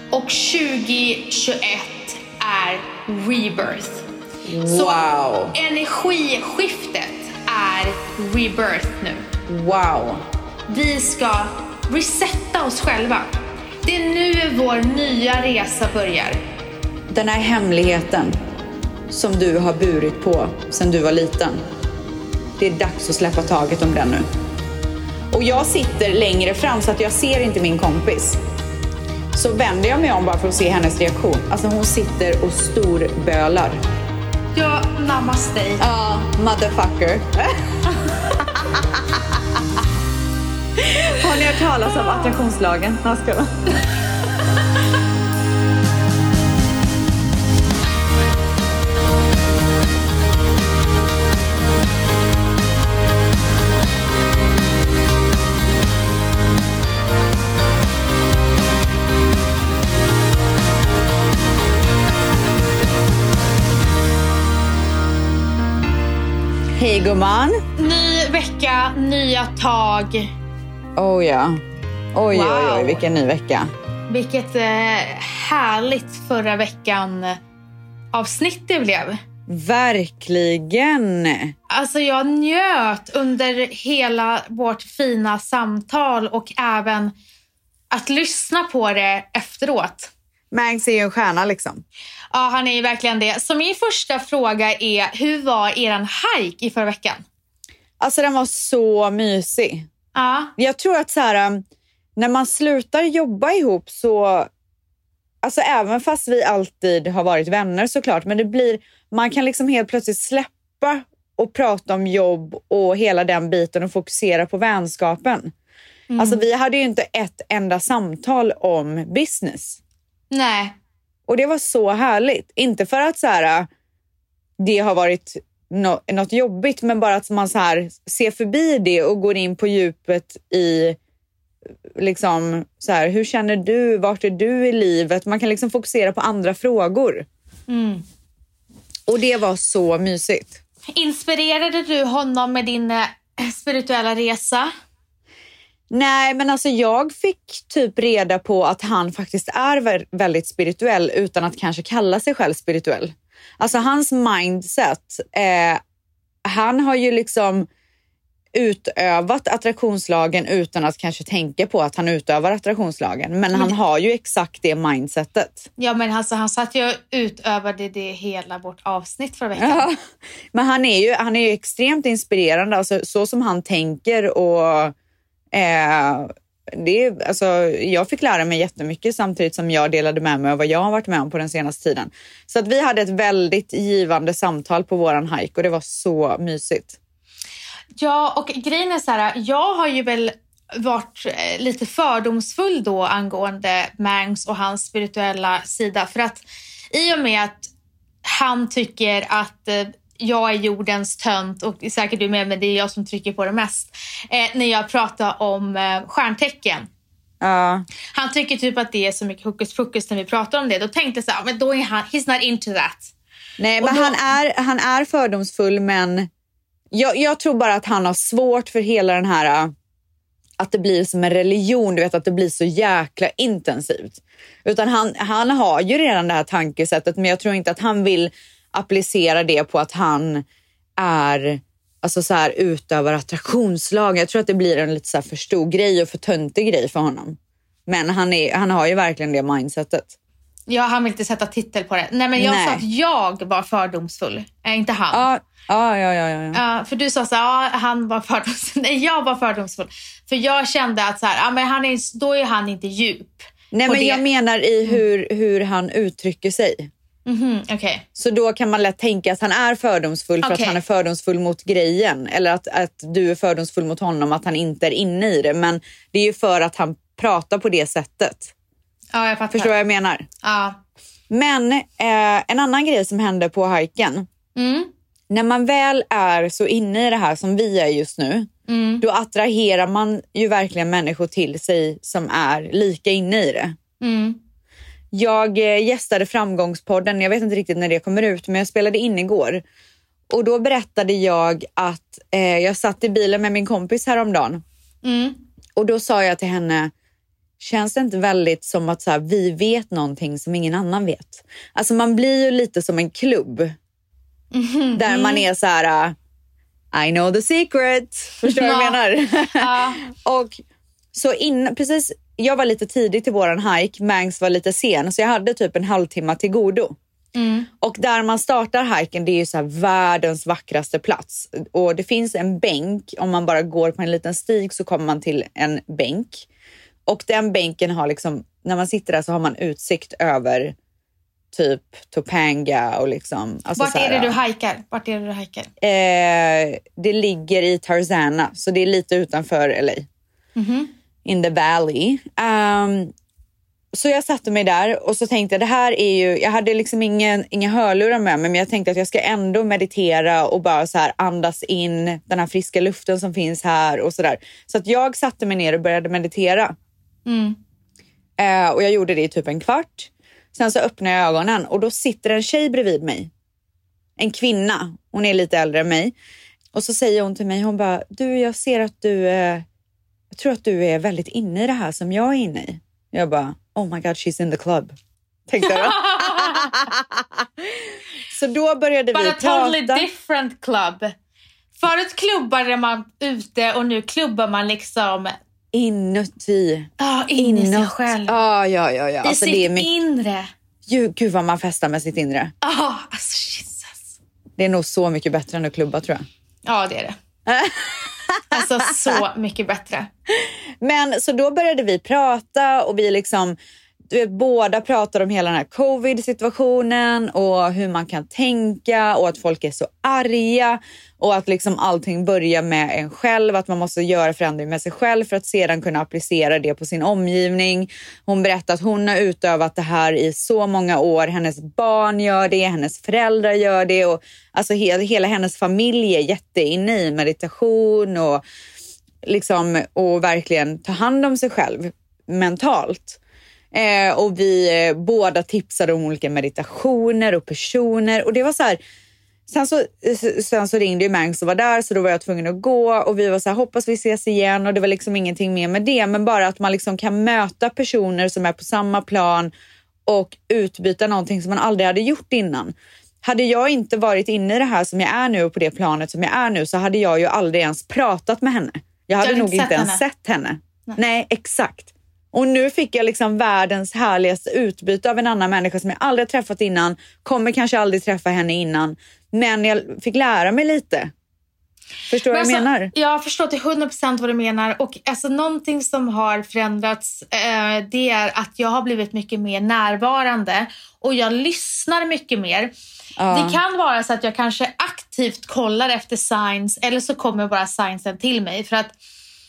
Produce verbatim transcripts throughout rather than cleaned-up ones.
Och tjugohundratjugoett är rebirth. Wow. Så energiskiftet är rebirth nu. Wow. Vi ska resetta oss själva. Det är nu vår nya resa börjar. Den här hemligheten som du har burit på sedan du var liten. Det är dags att släppa taget om den nu. Och jag sitter längre fram så att jag ser inte min kompis. Så vänder jag mig om bara för att se hennes reaktion. Alltså hon sitter och storbölar. Ja, namaste. Ja, uh, motherfucker. Har ni hört talas om attraktionslagen? Jag ska... Hej gumman. Ny vecka, nya tag. Oh ja. Oj, wow. oj, oj, vilken ny vecka. Vilket eh, härligt förra veckan avsnitt det blev. Verkligen. Alltså jag njöt under hela vårt fina samtal och även att lyssna på det efteråt. Mangs är ju en stjärna liksom. Ja, han är ju verkligen det. Så min första fråga är, hur var eran hike i förra veckan? Alltså den var så mysig. Ja. Jag tror att så här, när man slutar jobba ihop så, alltså även fast vi alltid har varit vänner såklart, men det blir, man kan liksom helt plötsligt släppa och prata om jobb och hela den biten och fokusera på vänskapen. Mm. Alltså vi hade ju inte ett enda samtal om business. Nej. Och det var så härligt. Inte för att så här, det har varit no- något jobbigt, men bara att man så här ser förbi det och går in på djupet i liksom så här, hur känner du? Vart är du i livet? Man kan liksom fokusera på andra frågor. Mm. Och det var så mysigt. Inspirerade du honom med din eh, spirituella resa? Nej, men alltså jag fick typ reda på att han faktiskt är väldigt spirituell utan att kanske kalla sig själv spirituell. Alltså hans mindset, eh, han har ju liksom utövat attraktionslagen utan att kanske tänka på att han utövar attraktionslagen. Men han har ju exakt det mindsetet. Ja, men alltså, han satt ju och utövade det hela vårt avsnitt förra veckan. Ja, men han är ju, han är ju extremt inspirerande. Alltså, så som han tänker och... Eh, det är, alltså, jag fick lära mig jättemycket samtidigt som jag delade med mig av vad jag har varit med om på den senaste tiden. Så att vi hade ett väldigt givande samtal på våran hike och det var så mysigt. Ja, och grejen är så här, jag har ju väl varit lite fördomsfull då angående Mangs och hans spirituella sida. För att i och med att han tycker att jag är jordens tönt och säkert du med, men det är jag som trycker på det mest. Eh, när jag pratar om eh, stjärntecken. Uh. Han tycker typ att det är så mycket hokus pokus när vi pratar om det. Då tänkte jag så här, men då är han, he's not into that. Nej, men då, han, är, han är fördomsfull, men jag, jag tror bara att han har svårt för hela den här, att det blir som en religion, du vet, att det blir så jäkla intensivt. Utan han, han har ju redan det här tankesättet, men jag tror inte att han vill applicera det på att han är, alltså så här, utövar attraktionslag. Jag tror att det blir en lite så här för stor grej och för töntig grej för honom. Men han, är, han har ju verkligen det mindsetet. Ja, han vill inte sätta titel på det. Nej, men jag Nej. sa att jag var fördomsfull. Äh, inte han. Ja, ja, ja, ja, ja. Uh, för du sa så här, ja, han var fördomsfull. Nej, jag var fördomsfull. För jag kände att så här, ja, men han är, då är han inte djup. Nej, men det. jag menar i hur, hur han uttrycker sig. Mm-hmm, okay. Så då kan man lätt tänka att han är fördomsfull för okay. att han är fördomsfull mot grejen. Eller att, att du är fördomsfull mot honom, att han inte är inne i det. Men det är ju för att han pratar på det sättet. Ja, jag fattar. Förstår vad jag menar? Ja. Men eh, en annan grej som hände på hiken. Mm. När man väl är så inne i det här som vi är just nu. Mm. Då attraherar man ju verkligen människor till sig som är lika inne i det. Mm. Jag gästade Framgångspodden, jag vet inte riktigt när det kommer ut, men jag spelade in igår. Och då berättade jag att eh, jag satt i bilen med min kompis häromdagen. Mm. Och då sa jag till henne, känns det inte väldigt som att så här, vi vet någonting som ingen annan vet? Alltså man blir ju lite som en klubb. Mm-hmm. Där man är så här, I know the secret. Förstår du vad jag menar? Ja. Och så in, precis, jag var lite tidig till våran hike. Mangs var lite sen. Så jag hade typ en halvtimme till godo. Mm. Och där man startar hiken, det är ju så här världens vackraste plats. Och det finns en bänk. Om man bara går på en liten stig så kommer man till en bänk. Och den bänken har liksom, när man sitter där så har man utsikt över typ Topanga och liksom. Alltså Vart är det du hajkar? Vart är det du hajkar? Eh, det ligger i Tarzana, så det är lite utanför L A. Mm-hmm. In the valley. Um, så jag satte mig där och så tänkte jag, det här är ju, jag hade liksom ingen, inga hörlurar med mig, men jag tänkte att jag ska ändå meditera och bara så här andas in den här friska luften som finns här och sådär. Så att jag satte mig ner och började meditera. Mm. Eh, och jag gjorde det i typ en kvart. Sen så öppnade jag ögonen och då sitter en tjej bredvid mig. En kvinna. Hon är lite äldre än mig. Och så säger hon till mig, hon bara, du, jag ser att du, eh, jag tror att du är väldigt inne i det här som jag är inne i. Jag bara, oh my god, she's in the club. Tänkte jag då. Så då började But vi a prata. Totally different club. Förut klubbade man ute och nu klubbar man liksom inuti. Ja, oh, in i sig själv. Ah, ja, ja, ja. I alltså, sitt det är mycket... inre. Ju, gud vad man festar med sitt inre. Ja, oh, alltså Jesus. Det är nog så mycket bättre än att klubba, tror jag. Ja, det är det. Alltså så mycket bättre. Men så då började vi prata och vi liksom, du vet, båda pratade om hela den här covid-situationen och hur man kan tänka och att folk är så arga och att liksom allting börjar med en själv, att man måste göra förändring med sig själv för att sedan kunna applicera det på sin omgivning. Hon berättade att hon har utövat det här i så många år, hennes barn gör det, hennes föräldrar gör det och alltså hela, hela hennes familj är jätteinne i meditation och liksom och verkligen ta hand om sig själv mentalt. Eh, och vi eh, båda tipsade om olika meditationer och personer och det var så här. Sen så, sen så ringde ju Mangs och var där, så då var jag tvungen att gå och vi var så här, hoppas vi ses igen, och det var liksom ingenting mer med det, men bara att man liksom kan möta personer som är på samma plan och utbyta någonting som man aldrig hade gjort innan. Hade jag inte varit inne i det här som jag är nu och på det planet som jag är nu, så hade jag ju aldrig ens pratat med henne. Jag hade nog inte ens sett henne. Nej. Nej, exakt. Och nu fick jag liksom världens härligaste utbyte av en annan människa som jag aldrig träffat innan. Kommer kanske aldrig träffa henne innan. Men jag fick lära mig lite. Förstår du vad jag alltså, menar? Jag förstår till hundra procent vad du menar. Och alltså, någonting som har förändrats eh, det är att jag har blivit mycket mer närvarande. Och jag lyssnar mycket mer. Ja. Det kan vara så att jag kanske aktivt kollar efter signs. Eller så kommer bara signsen till mig. För att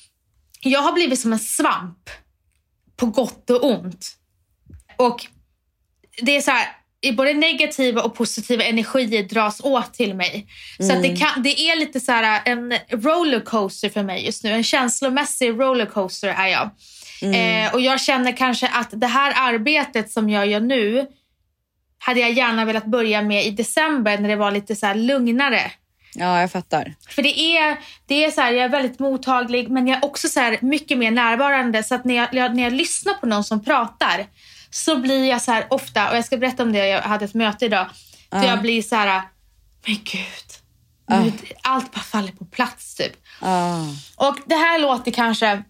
jag har blivit som en svamp. På gott och ont. Och det är så här, både negativa och positiva energier dras åt till mig. Så mm. att det, kan, det är lite så här en rollercoaster för mig just nu. En känslomässig rollercoaster är jag. Mm. Eh, och jag känner kanske att det här arbetet som jag gör nu hade jag gärna velat börja med i december när det var lite så här lugnare. Ja, jag fattar. För det är, det är så här, jag är väldigt mottaglig, men jag är också så här mycket mer närvarande. Så att när jag, när jag lyssnar på någon som pratar så blir jag så här ofta, och jag ska berätta om det, jag hade ett möte idag. Uh. Så jag blir så här, men gud, uh. allt bara faller på plats typ. Uh. Och det här låter kanske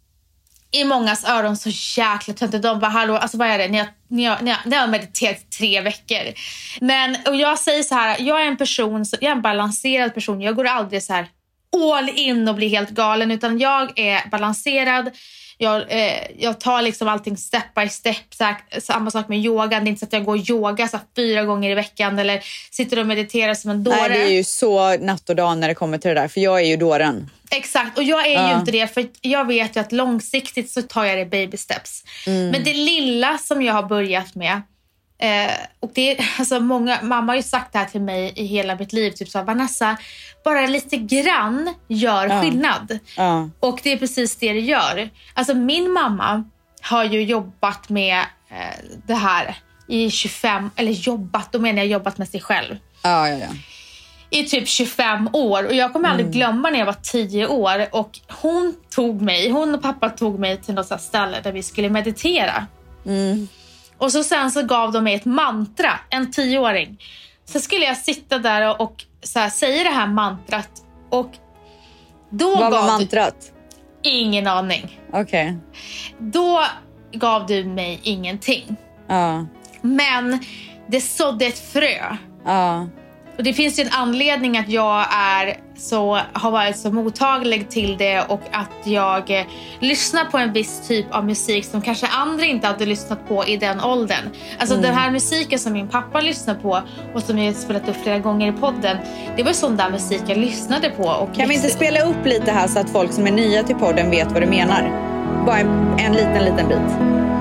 i mångas öron så jäkla töntigt. De bara, hallå, alltså vad är det? Ni har, ni har, ni har, ni har mediterat i tre veckor. Men, och jag säger så här, jag är en person, jag är en balanserad person. Jag går aldrig så här all in och blir helt galen, utan jag är balanserad. Jag, eh, jag tar liksom allting step by step. Så här, samma sak med yoga. Det är inte så att jag går och yoga så här, fyra gånger i veckan eller sitter och mediterar som en dåre. Nej, det är ju så natt och dag när det kommer till det där. För jag är ju dåren. Exakt, och jag är ja. ju inte det. För jag vet ju att långsiktigt så tar jag det baby steps. Mm. Men det lilla som jag har börjat med. Eh, och det är, alltså många, mamma har ju sagt det här till mig i hela mitt liv. Typ så, Vanessa, bara lite grann gör ja. skillnad. Ja. Och det är precis det det gör. Alltså min mamma har ju jobbat med eh, det här i tjugofem, eller jobbat, då menar jag jobbat med sig själv. Ja, ja, ja. i typ tjugofem år. Och jag kommer aldrig mm. glömma när jag var tio år. Och hon tog mig, hon och pappa tog mig till något ställe där vi skulle meditera. Mm. Och så sen så gav de mig ett mantra, en tioåring. Så skulle jag sitta där och, och så här, säga det här mantrat. Och då Vad gav var mantrat? Du, ingen aning. Okej. Okay. Då gav du mig ingenting. Ja. Men det sådde ett frö. Ja. Och det finns ju en anledning att jag är så, har varit så mottaglig till det. Och att jag eh, lyssnar på en viss typ av musik som kanske andra inte hade lyssnat på i den åldern. Alltså mm. den här musiken som min pappa lyssnar på och som jag spelat upp flera gånger i podden. Det var sån där musik jag lyssnade på. Och kan vi inte spela upp lite här så att folk som är nya till podden vet vad du menar? Bara en, en liten, liten bit.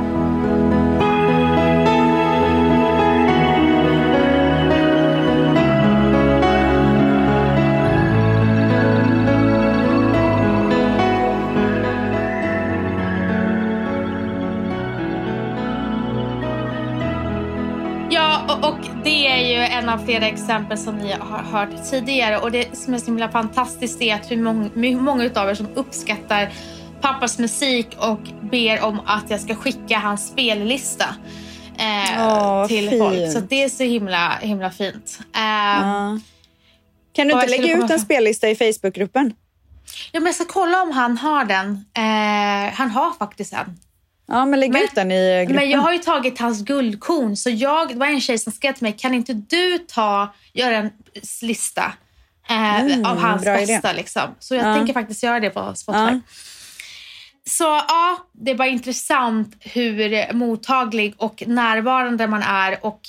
Och det är ju en av flera exempel som ni har hört tidigare. Och det som är så himla fantastiskt är att hur många, hur många av er som uppskattar pappas musik och ber om att jag ska skicka hans spellista eh, Åh, till fint. folk. Så det är så himla, himla fint. Eh, ja. Kan du inte lägga ut en spellista i Facebookgruppen? Ja, men jag ska kolla om han har den. Eh, han har faktiskt en. Ja, men lägg men, ut den i gruppen. Men jag har ju tagit hans guldkorn. Så jag, det var en tjej som skrev till mig. Kan inte du ta, göra en lista eh, mm, av hans bästa liksom. Så jag ja. tänker faktiskt göra det på Spotify. Ja. Så ja, det är bara intressant hur mottaglig och närvarande man är. Och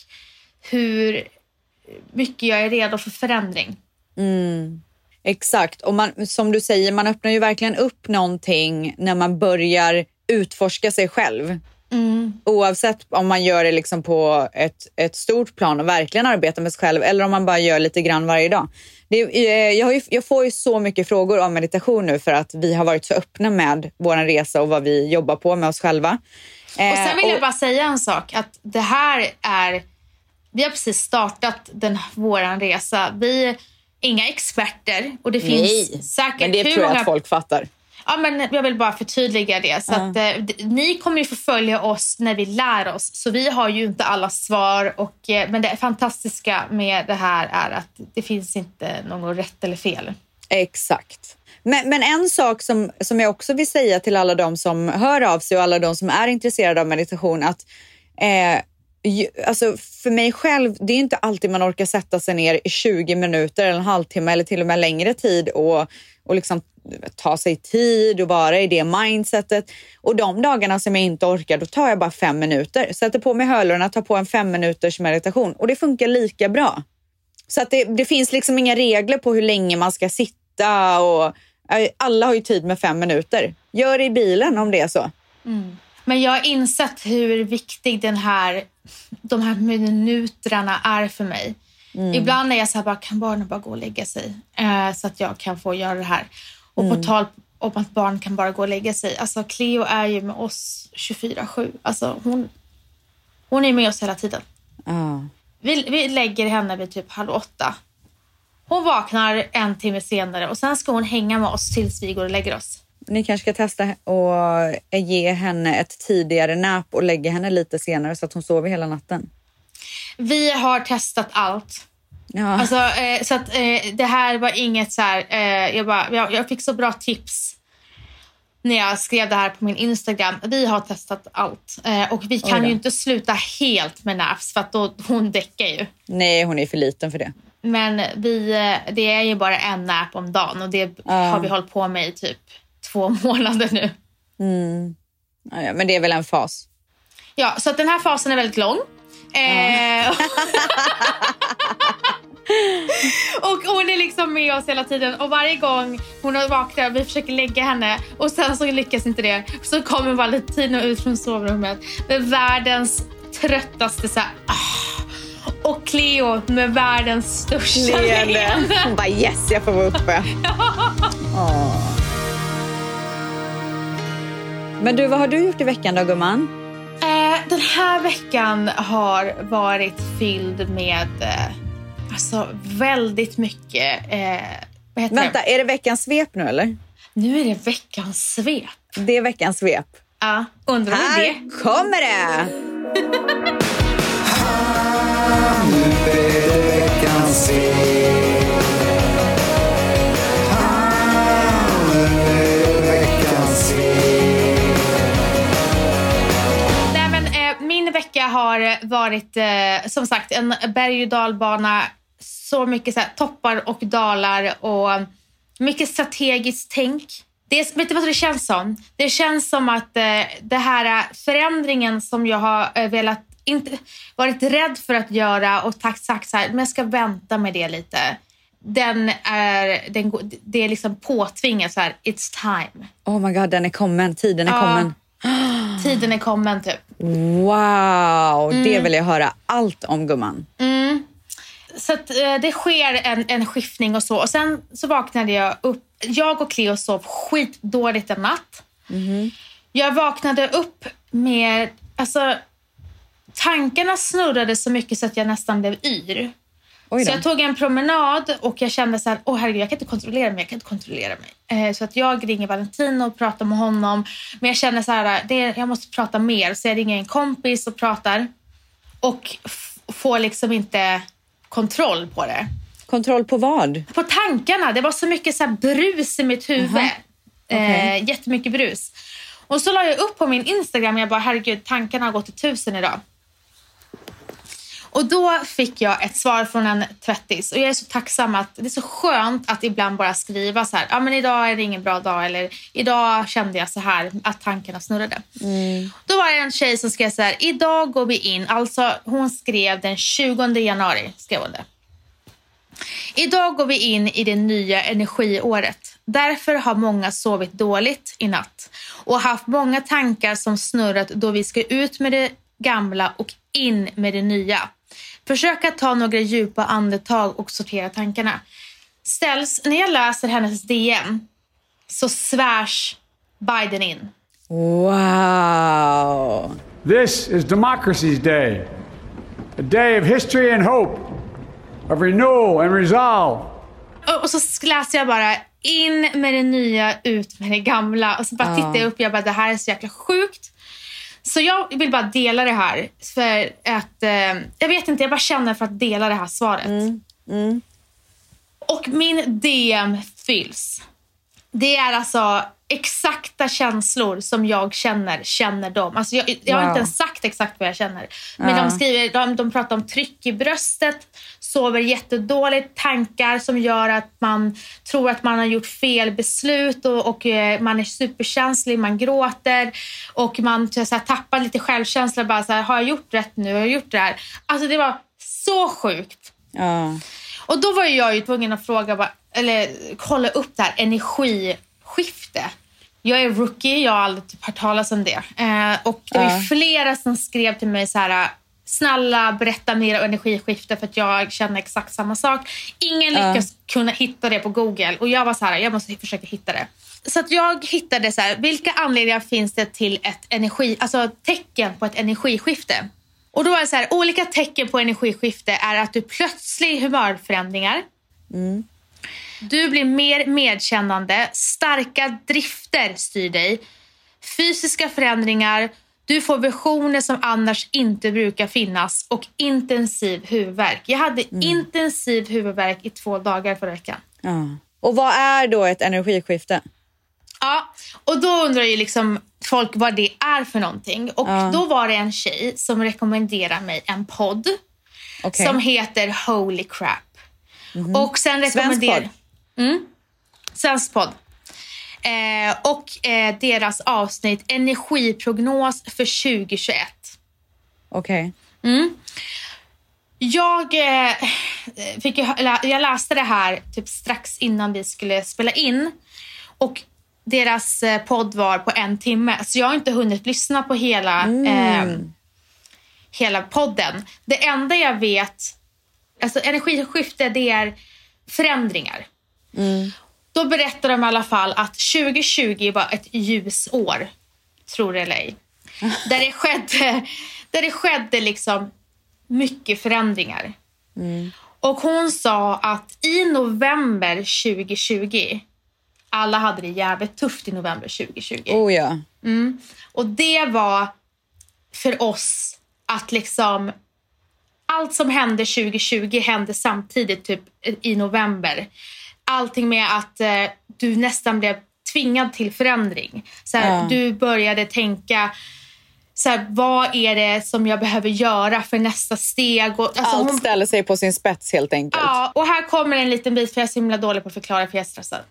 hur mycket jag är redo för förändring. Mm. Exakt. Och man, som du säger, man öppnar ju verkligen upp någonting när man börjar utforska sig själv. Mm. Oavsett om man gör det liksom på ett, ett stort plan och verkligen arbetar med sig själv eller om man bara gör lite grann varje dag. Det, jag, har ju, jag får ju så mycket frågor om meditation nu för att vi har varit så öppna med vår resa och vad vi jobbar på med oss själva. Och sen vill eh, och, jag bara säga en sak, att det här är, vi har precis startat den, våran resa. Vi är inga experter och det finns nej, säkert men det tror jag många... att folk fattar. Ja, men jag vill bara förtydliga det. Så mm. att, eh, ni kommer ju få följa oss när vi lär oss. Så vi har ju inte alla svar. Och, eh, men det fantastiska med det här är att det finns inte något rätt eller fel. Exakt. Men, men en sak som, som jag också vill säga till alla de som hör av sig och alla de som är intresserade av meditation. Att eh, ju, alltså för mig själv, det är inte alltid man orkar sätta sig ner i tjugo minuter eller en halvtimme eller till och med längre tid och, och liksom ta sig tid och vara i det mindsetet. Och de dagarna som jag inte orkar, då tar jag bara fem minuter. Sätter på mig hörlurarna, tar på en fem minuters meditation. Och det funkar lika bra. Så att det, det finns liksom inga regler på hur länge man ska sitta. Och alla har ju tid med fem minuter. Gör det i bilen om det är så. Mm. Men jag har insett hur viktig den här, de här minuterna är för mig. Mm. Ibland är jag så här, bara, kan barnen bara gå och lägga sig? Eh, så att jag kan få göra det här. Och mm. på tal om att barn kan bara gå och lägga sig. Alltså Cleo är ju med oss tjugofyra sju. Alltså hon, hon är med oss hela tiden. Uh. Vi, vi lägger henne vid typ halv åtta. Hon vaknar en timme senare. Och sen ska hon hänga med oss tills vi går och lägger oss. Ni kanske ska testa och ge henne ett tidigare nap och lägga henne lite senare så att hon sover hela natten. Vi har testat allt. Ja. Alltså, eh, så att eh, det här var inget så här, eh, jag, bara, jag, jag fick så bra tips när jag skrev det här på min Instagram. Vi har testat allt eh, och vi kan ju inte sluta helt med naps för att då, hon däckar ju. Nej, hon är för liten för det. Men vi, det är ju bara en nap om dagen och det ja. har vi hållit på med i typ två månader nu. Mm. Ja, men det är väl en fas. Ja, så att den här fasen är väldigt lång. Eh, ja. Och hon är liksom med oss hela tiden. Och varje gång hon har vaknat, vi försöker lägga henne och sen så lyckas inte det, så kommer Valentina ut från sovrummet med världens tröttaste så här, ah. Och Cleo med världens största leende. Hon bara, yes, jag får vara uppe. Oh. Men du, vad har du gjort i veckan då, gumman? Eh, den här veckan har varit fylld med eh, alltså väldigt mycket. Eh, vad heter Vänta, det? är det veckans svep nu eller? Nu är det veckans svep. Det är veckans svep. Ja, undrar hur det är. Här kommer det! Nu är det veckans svep. Nu är det veckans svep. Nej, men eh, min vecka har varit eh, som sagt en berg- och dalbana. Så mycket så här, toppar och dalar och mycket strategiskt tänk. Det, vet du vad det känns som? Det känns som att eh, det här förändringen som jag har eh, velat, inte varit rädd för att göra och tack sagt så här, men jag ska vänta med det lite. Den är, den, det är liksom påtvingat så här, it's time. Oh my god, den är kommen. Tiden är Ja, kommen. Tiden är kommen typ. Wow, mm. Det vill jag höra allt om, gumman. Mm. Så att, eh, det sker en, en skiftning och så. Och sen så vaknade jag upp. Jag och Cleo sov skitdåligt en natt. Mm. Jag vaknade upp med... Alltså, tankarna snurrade så mycket så att jag nästan blev yr. Så jag tog en promenad och jag kände så här, åh herregud, jag kan inte kontrollera mig, jag kan inte kontrollera mig. Eh, så att jag ringer Valentino och pratar med honom. Men jag känner så här, det, jag måste prata mer. Så jag ringer en kompis och pratar. Och f- får liksom inte ”kontroll” på det. Kontroll på vad? På tankarna. Det var så mycket så här brus i mitt huvud. Uh-huh. Okay. Eh, jättemycket brus. Och så la jag upp på min Instagram och jag bara, herregud, tankarna har gått till tusen idag. Och då fick jag ett svar från en tvättis. Och jag är så tacksam att det är så skönt att ibland bara skriva så här. Ja, men idag är det ingen bra dag. Eller idag kände jag så här att tankarna snurrade. Mm. Då var det en tjej som skrev så här. Idag går vi in. Alltså hon skrev den tjugonde januari. Skrev hon det. Idag går vi in i det nya energiåret. Därför har många sovit dåligt i natt. Och haft många tankar som snurrat då vi ska ut med det gamla och in med det nya. Försök att ta några djupa andetag och sortera tankarna. Ställs, när jag läser hennes D M så svärs Biden in. Wow! This is Democracy's Day. A day of history and hope. Of renewal and resolve. Och så läser jag bara in med det nya, ut med det gamla. Och så bara uh. tittar jag upp och jag bara, det här är så jäkla sjukt. Så jag vill bara dela det här för att, eh, jag vet inte, jag bara känner för att dela det här svaret. Mm. Mm. Och min D M fylls. Det är alltså exakta känslor som jag känner, känner de. Alltså jag, jag har wow. inte ens sagt exakt vad jag känner. Men uh. de skriver, de, de pratar om tryck i bröstet, sover jättedåligt, tankar som gör att man tror att man har gjort fel beslut och, och man är superkänslig, man gråter och man så här, tappar lite självkänsla. Bara så här, har jag gjort rätt nu? Har jag gjort det här? Alltså det var så sjukt. Uh. Och då var jag ju tvungen att fråga, bara, eller kolla upp det här energiskifte. Jag är rookie, jag har aldrig typ hört talas om det. Eh, och det var ju uh. flera som skrev till mig så här: snälla berätta mer om energiskifte för att jag känner exakt samma sak. Ingen uh. lyckas kunna hitta det på Google. Och jag var så här, jag måste försöka hitta det. Så att jag hittade så här, vilka anledningar finns det till ett energi, alltså tecken på ett energiskifte? Och då är det så här, olika tecken på energiskifte är att du plötsligt humörförändringar. Mm. Du blir mer medkännande, starka drifter styr dig, fysiska förändringar, du får visioner som annars inte brukar finnas och intensiv huvudvärk. Jag hade mm. intensiv huvudvärk i två dagar förra veckan. Ja. Och vad är då ett energiskifte? Ja, och då undrar ju liksom folk vad det är för någonting. Och ja. Då var det en tjej som rekommenderade mig en podd okay. som heter Holy Crap. Mm-hmm. Och sen rekommenderar... Mm. Svensk podd. Eh, och eh, deras avsnitt Energiprognos för tjugo tjugoett. Okej. Okay. Mm. Jag, eh, fick, jag läste det här typ strax innan vi skulle spela in. Och deras eh, podd var på en timme. Så jag har inte hunnit lyssna på hela, mm. eh, hela podden. Det enda jag vet... Alltså energiskifte, det är förändringar. Mm. Då berättar de i alla fall att tjugo tjugo var ett ljusår, tror det eller ej. Där det skedde, där det skedde liksom mycket förändringar. Mm. Och hon sa att i november tjugo tjugo, alla hade det jävligt tufft i november tjugo tjugo. Oh ja. Mm. Och det var för oss att liksom allt som hände tjugo tjugo hände samtidigt typ i november. Allting med att eh, du nästan blev tvingad till förändring. Så här, ja. Du började tänka så här, vad är det som jag behöver göra för nästa steg? Och, alltså, Allt hon... ställer sig på sin spets helt enkelt. Ja, och här kommer en liten bit för jag är så himla dålig på att förklara för jag är stressad.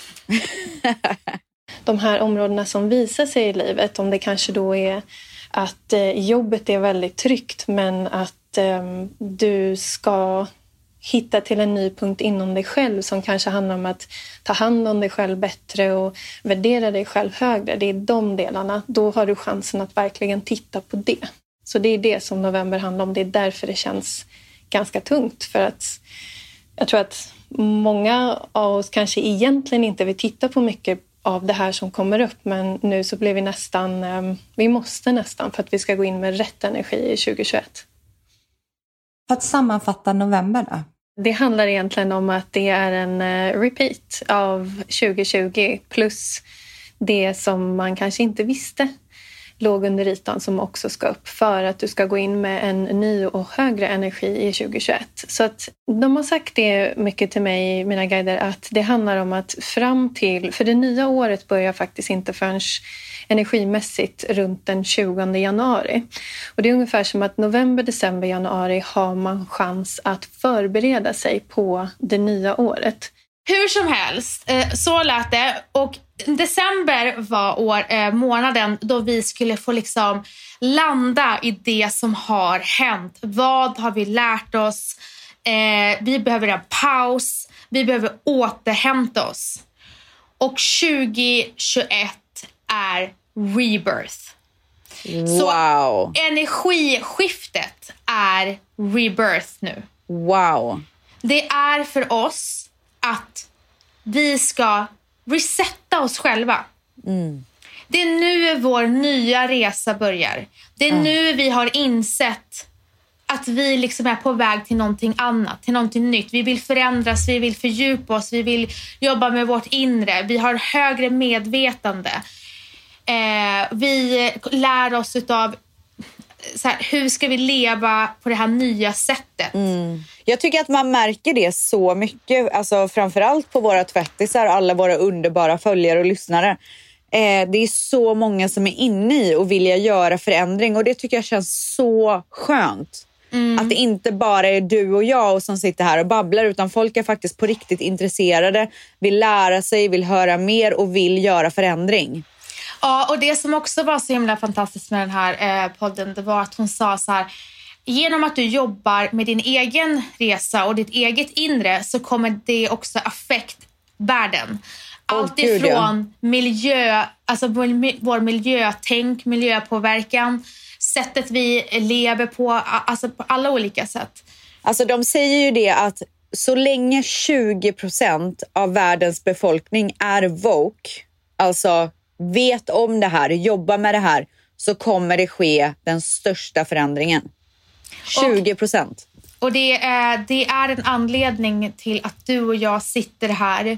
De här områdena som visar sig i livet, om det kanske då är att eh, jobbet är väldigt tryggt men att eh, du ska hitta till en ny punkt inom dig själv som kanske handlar om att ta hand om dig själv bättre och värdera dig själv högre. Det är de delarna. Då har du chansen att verkligen titta på det. Så det är det som november handlar om. Det är därför det känns ganska tungt. För att jag tror att många av oss kanske egentligen inte vill titta på mycket av det här som kommer upp. Men nu så blir vi nästan, vi måste nästan för att vi ska gå in med rätt energi i tjugo tjugoett. För att sammanfatta november då? Det handlar egentligen om att det är en repeat av tjugo tjugo plus det som man kanske inte visste låg under ytan som också ska upp för att du ska gå in med en ny och högre energi i tjugo tjugoett. Så att de har sagt det mycket till mig, mina guider, att det handlar om att fram till, för det nya året börjar faktiskt inte förrän energimässigt runt den tjugonde januari. Och det är ungefär som att november, december, januari har man chans att förbereda sig på det nya året. Hur som helst, så lät det. Och december var år, eh, månaden då vi skulle få liksom landa i det som har hänt. Vad har vi lärt oss? Eh, vi behöver en paus. Vi behöver återhämta oss. Och tjugo tjugoett är rebirth. Wow. Så energiskiftet är rebirth nu. Wow. Det är för oss att vi ska resetta oss själva. Mm. Det är nu vår nya resa börjar. Det är mm. nu vi har insett att vi liksom är på väg till någonting annat, till någonting nytt. Vi vill förändras, vi vill fördjupa oss, vi vill jobba med vårt inre. Vi har högre medvetande. Eh, vi lär oss utav så här, hur ska vi leva på det här nya sättet. Mm. Jag tycker att man märker det så mycket, alltså framförallt på våra tvättisar, alla våra underbara följare och lyssnare. Eh, det är så många som är inne i och vilja göra förändring och det tycker jag känns så skönt. Mm. Att det inte bara är du och jag som sitter här och babblar utan folk är faktiskt på riktigt intresserade, vill lära sig, vill höra mer och vill göra förändring. Ja, och det som också var så himla fantastiskt med den här eh, podden, det var att hon sa så här: genom att du jobbar med din egen resa och ditt eget inre så kommer det också affekt världen. Allt oh, ifrån ja. miljö, alltså vår, vår miljötänk, miljöpåverkan, sättet vi lever på, alltså på alla olika sätt. Alltså de säger ju det att så länge tjugo procent av världens befolkning är woke, alltså vet om det här, jobbar med det här, så kommer det ske den största förändringen. tjugo procent. Och, och det, är, det är en anledning till att du och jag sitter här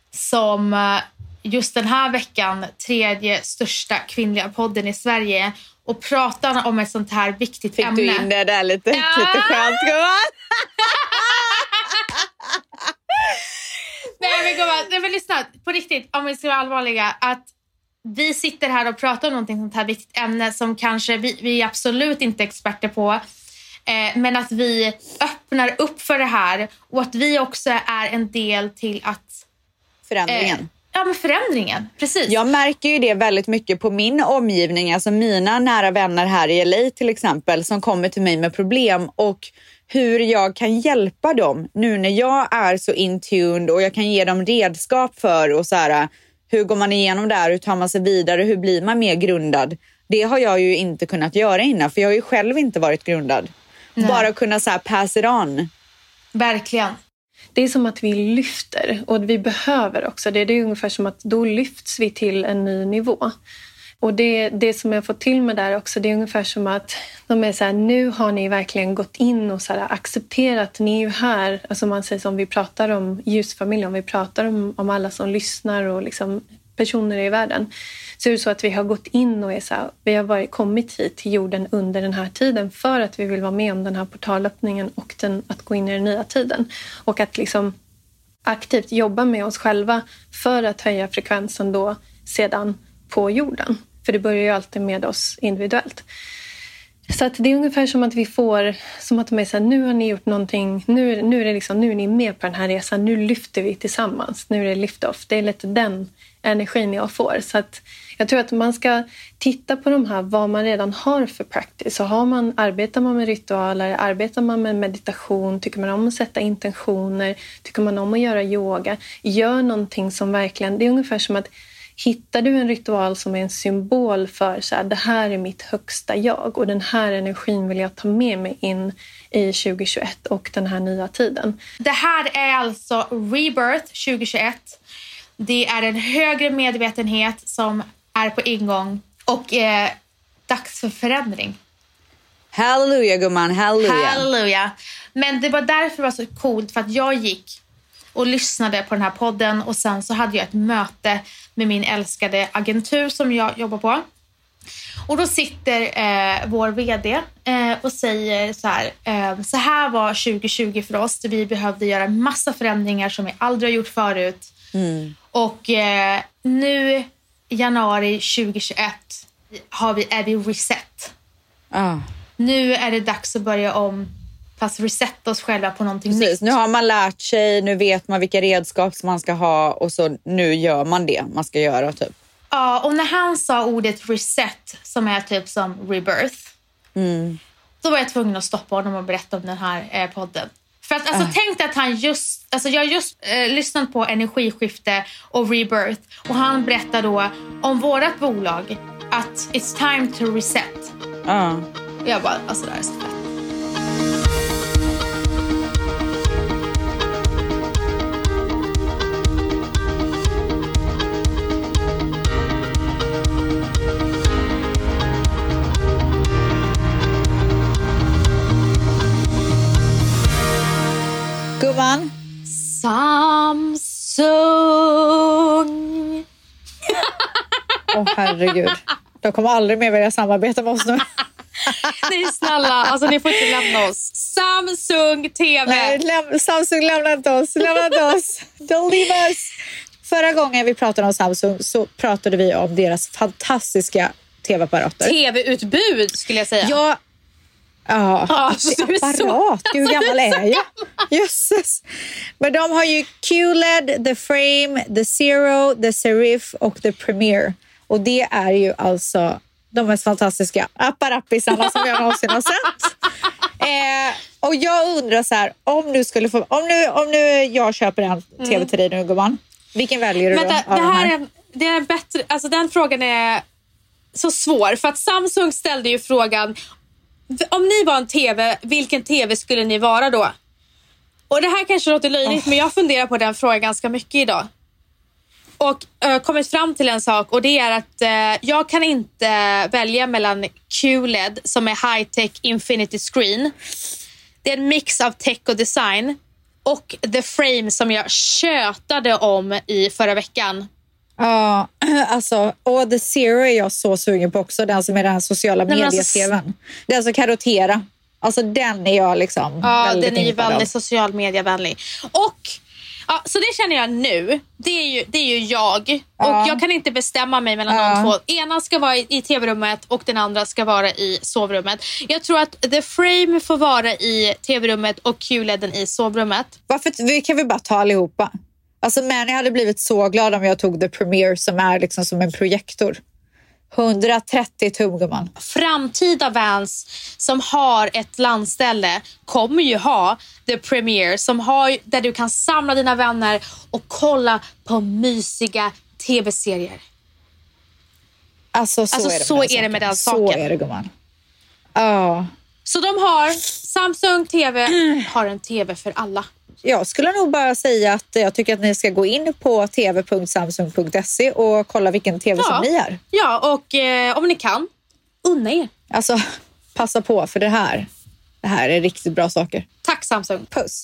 som just den här veckan tredje största kvinnliga podden i Sverige och pratar om ett sånt här viktigt Fick ämne. Fick du in det där lite, ja. lite skönt, gumman? Nej men gumman, nej men lyssna, på riktigt, om vi ska vara allvarliga, att vi sitter här och pratar om någonting sånt här viktigt ämne som kanske vi, vi är absolut inte experter på. Eh, men att vi öppnar upp för det här och att vi också är en del till att... Förändringen. Eh, ja, men förändringen. Precis. Jag märker ju det väldigt mycket på min omgivning. Alltså mina nära vänner här i L A till exempel som kommer till mig med problem och hur jag kan hjälpa dem nu när jag är så intuned och jag kan ge dem redskap för och så här... Hur går man igenom det här? Hur tar man sig vidare? Hur blir man mer grundad? Det har jag ju inte kunnat göra innan. För jag har ju själv inte varit grundad. Nej. Bara kunna så här pass it on. Verkligen. Det är som att vi lyfter. Och vi behöver också det. Det är ungefär som att då lyfts vi till en ny nivå. Och det, det som jag fått till med där också, det är ungefär som att de är så här, nu har ni verkligen gått in och så här, accepterat, ni är ju här. Alltså man säger som vi pratar om ljusfamiljen, om vi pratar om, om alla som lyssnar och liksom personer i världen. Så är det så att vi har gått in och är så här, vi har varit, kommit hit till jorden under den här tiden för att vi vill vara med om den här portalöppningen och den, att gå in i den nya tiden. Och att liksom aktivt jobba med oss själva för att höja frekvensen då sedan på jorden. För det börjar ju alltid med oss individuellt. Så att det är ungefär som att vi får, som att de är så här, nu har ni gjort någonting, nu, nu, är det liksom, nu är ni med på den här resan, nu lyfter vi tillsammans, nu är det lift-off. Det är lite den energin jag får. Så att jag tror att man ska titta på de här, vad man redan har för practice. Så har man, arbetar man med ritualer, arbetar man med meditation, tycker man om att sätta intentioner, tycker man om att göra yoga, gör någonting som verkligen, det är ungefär som att hittar du en ritual som är en symbol för så här, det här är mitt högsta jag och den här energin vill jag ta med mig in i tjugohundratjugoett och den här nya tiden. Det här är alltså Rebirth tjugohundratjugoett. Det är en högre medvetenhet som är på ingång och eh, dags för förändring. Halleluja gumman, halleluja. Halleluja. Men det var därför det var så coolt, för att jag gick och lyssnade på den här podden och sen så hade jag ett möte med min älskade agentur som jag jobbar på. Och då sitter eh, vår vd eh, och säger så här, eh, så här var tjugohundratjugo för oss. Vi behövde göra en massa förändringar som vi aldrig har gjort förut. Mm. Och eh, nu i januari tjugohundratjugoett har vi, är vi reset. Ah. Nu är det dags att börja om, fast resetta oss själva på någonting Precis. nytt. Nu har man lärt sig, nu vet man vilka redskap som man ska ha och så nu gör man det man ska göra typ. Ja, och när han sa ordet reset, som är typ som rebirth, mm. då var jag tvungen att stoppa honom och berätta om den här eh, podden. För att alltså, uh. tänk att han just, alltså jag har just eh, lyssnat på energiskifte och rebirth, och han berättar då om vårat bolag att it's time to reset. Uh. Och jag bara, alltså det här är så fett. Gumman. Samsung. Åh oh, herregud. De kommer aldrig mer vilja samarbeta med oss nu. Nej snälla, alltså ni får inte lämna oss. Samsung T V. Nej, läm- Samsung lämna inte oss. Lämna inte oss. Don't leave us. Förra gången vi pratade om Samsung så pratade vi om deras fantastiska tv-apparater. Tv-utbud skulle jag säga. Ja. Ja, ah, det är apparat. Hur gammal är jag? Jösses. Men de har ju Q L E D, The Frame, The Zero, The Serif och The Premiere. Och det är ju alltså de mest fantastiska apparappisarna som jag någonsin har sett. Eh, och jag undrar så här, om du skulle få, om nu, om nu jag köper en tv mm. till dig nu, gumman, vilken väljer du Vänta, då? Det här, här? Är, det är en bättre, alltså den frågan är så svår, för att Samsung ställde ju frågan, om ni var en tv, vilken tv skulle ni vara då? Och det här kanske låter löjligt, oh. men jag funderar på den frågan ganska mycket idag. Och äh, kommit fram till en sak, och det är att äh, jag kan inte välja mellan Q L E D som är high-tech infinity screen. Det är en mix av tech och design. Och The Frame som jag tjötade om i förra veckan. Ja, alltså, och The Zero är jag så sugen på också. Den som är den här sociala media-tvn. Alltså, den som kan rotera. Alltså den är jag liksom ja, väldigt den är ju väldigt av. social media-vänlig. Och ja, så det känner jag nu. Det är ju, det är ju jag. Ja. Och jag kan inte bestämma mig mellan ja. de två. Ena ska vara i, i tv-rummet och den andra ska vara i sovrummet. Jag tror att The Frame får vara i tv-rummet och Q L E D i sovrummet. Varför vi kan vi bara ta allihopa? Alltså, men jag hade blivit så glad om jag tog The Premiere som är liksom som en projektor. hundratrettio tum, gumman. Framtida Vans som har ett landställe kommer ju ha The Premiere som har, där du kan samla dina vänner och kolla på mysiga tv-serier. Alltså så, alltså, är, det så är det med den saken. Så är det, gumman. Ja. Så de har Samsung T V har en tv för alla. jag skulle nog bara säga att jag tycker att ni ska gå in på t v punkt samsung punkt se och kolla vilken tv Ja. som ni är. Ja, och eh, om ni kan, unna er. Alltså, passa på för det här. Det här är riktigt bra saker. Tack Samsung. Puss!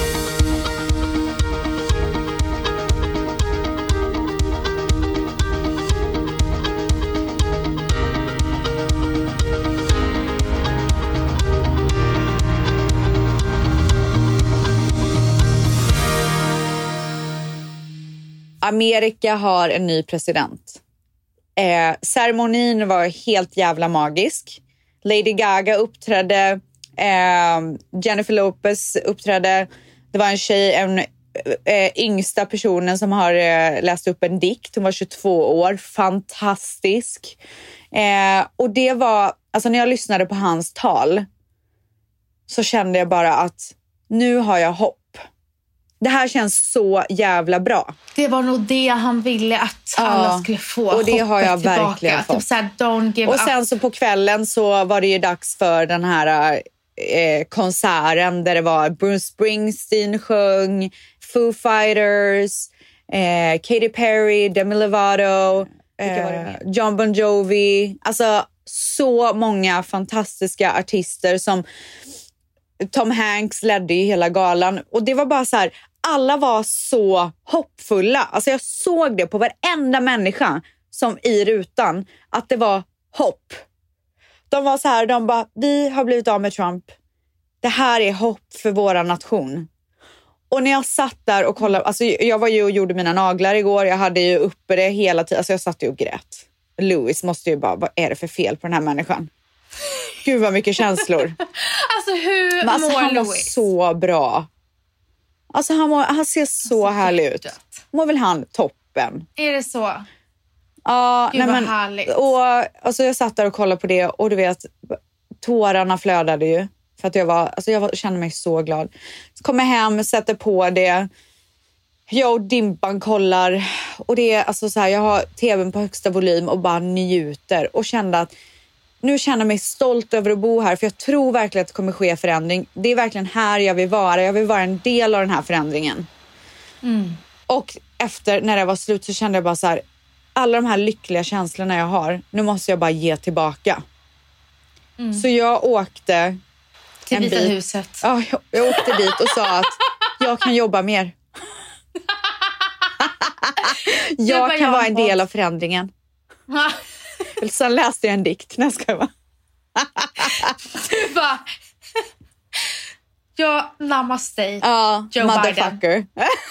Amerika har en ny president. Eh, ceremonin var helt jävla magisk. Lady Gaga uppträdde, eh, Jennifer Lopez uppträdde. Det var en tjej, en eh, yngsta personen som har eh, läst upp en dikt. Hon var tjugotvå år, fantastisk. Eh, och det var, alltså när jag lyssnade på hans tal så kände jag bara att nu har jag hopp. Det här känns så jävla bra. Det var nog det han ville att alla Ja, skulle få. och det har jag tillbaka. verkligen fått. Typ såhär, don't give Och up. sen så på kvällen så var det ju dags för den här eh, konserten där det var Bruce Springsteen sjöng, Foo Fighters, eh, Katy Perry, Demi Lovato, eh, John Bon Jovi. Alltså så många fantastiska artister som Tom Hanks ledde ju hela galan. Och det var bara så här, alla var så hoppfulla. Alltså jag såg det på varenda människa som i rutan, att det var hopp. De var så här, de bara, vi har blivit av med Trump. Det här är hopp för våra nation. Och när jag satt där och kollade, alltså jag var ju och gjorde mina naglar igår. Jag hade ju uppe det hela tiden, alltså jag satt ju och grät. Louis måste ju bara, vad är det för fel på den här människan? Gud vad mycket känslor. Alltså hur Men alltså, mår han var Louis? så bra. Alltså han, mår, han ser så Han ser härlig helt ut. dött. Mår väl han toppen? Är det så? Ja, Gud, nej, vad men, härligt. och alltså jag satt där och kollade på det och du vet, tårarna flödade ju. För att jag var, alltså jag var, kände mig så glad. Så kommer jag hem, sätter på det. Jag och Dimpan kollar. Och det är alltså så här, jag har tvn på högsta volym och bara njuter. Och kände att nu känner jag mig stolt över att bo här. För jag tror verkligen att det kommer ske förändring. Det är verkligen här jag vill vara. Jag vill vara en del av den här förändringen. Mm. Och efter, när det var slut så kände jag bara så här, alla de här lyckliga känslorna jag har, nu måste jag bara ge tillbaka. Mm. Så jag åkte Till en Vita bit. huset. Ja, jag, jag åkte dit och sa att jag kan jobba mer. jag bara, kan jag vara har en del av förändringen. Sen läste jag en dikt. När ska jag vara? Du bara... Ja, namaste. Ja, Joe motherfucker.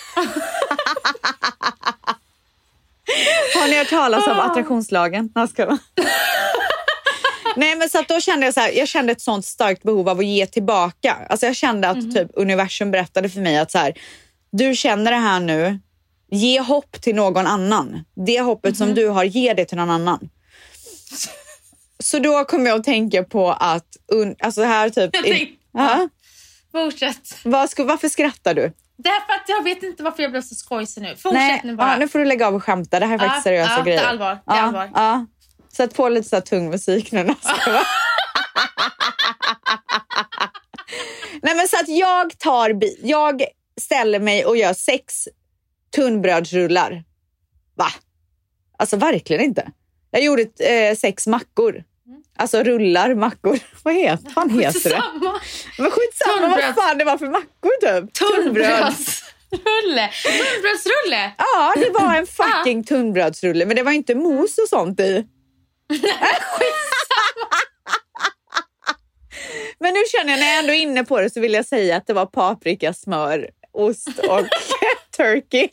Har ni hört talas om attraktionslagen? När ska jag vara? Nej, men så att då kände jag så här, jag kände ett sånt starkt behov av att ge tillbaka. Alltså jag kände att typ universum berättade för mig att så här, du känner det här nu, ge hopp till någon annan. Det hoppet som du har, ge det till någon annan. Så då kom jag att tänka på att un, alltså det här typ Jag i- tänkte- ja, Fortsätt. vad ska, varför skrattar du? Därför att jag vet inte varför jag blev så skojsig nu. Fortsätt Nej, nu bara. ja, nu får du lägga av och skämta. Det här är Ja, faktiskt seriösa ja, det är grejer. allvar, det är ja, allvar. Ja. Sätt på lite så här tung musik nu nästa. Va? Nej, men så att jag tar bi- jag ställer mig och gör sex tunnbrödsrullar. Va? Alltså verkligen inte. Jag gjorde eh, sex mackor. Alltså rullar, mackor. Vad heter, fan heter det? Samma. Men skitsamma, Tunnbröds- vad fan det var för mackor typ? Tunnbrödsrulle. Tunnbrödsrulle. Ja, det var en fucking tunnbrödsrulle. Men det var inte mos och sånt i. Men nu känner jag, när jag ändå är inne på det, så vill jag säga att det var paprika, smör, ost och turkey.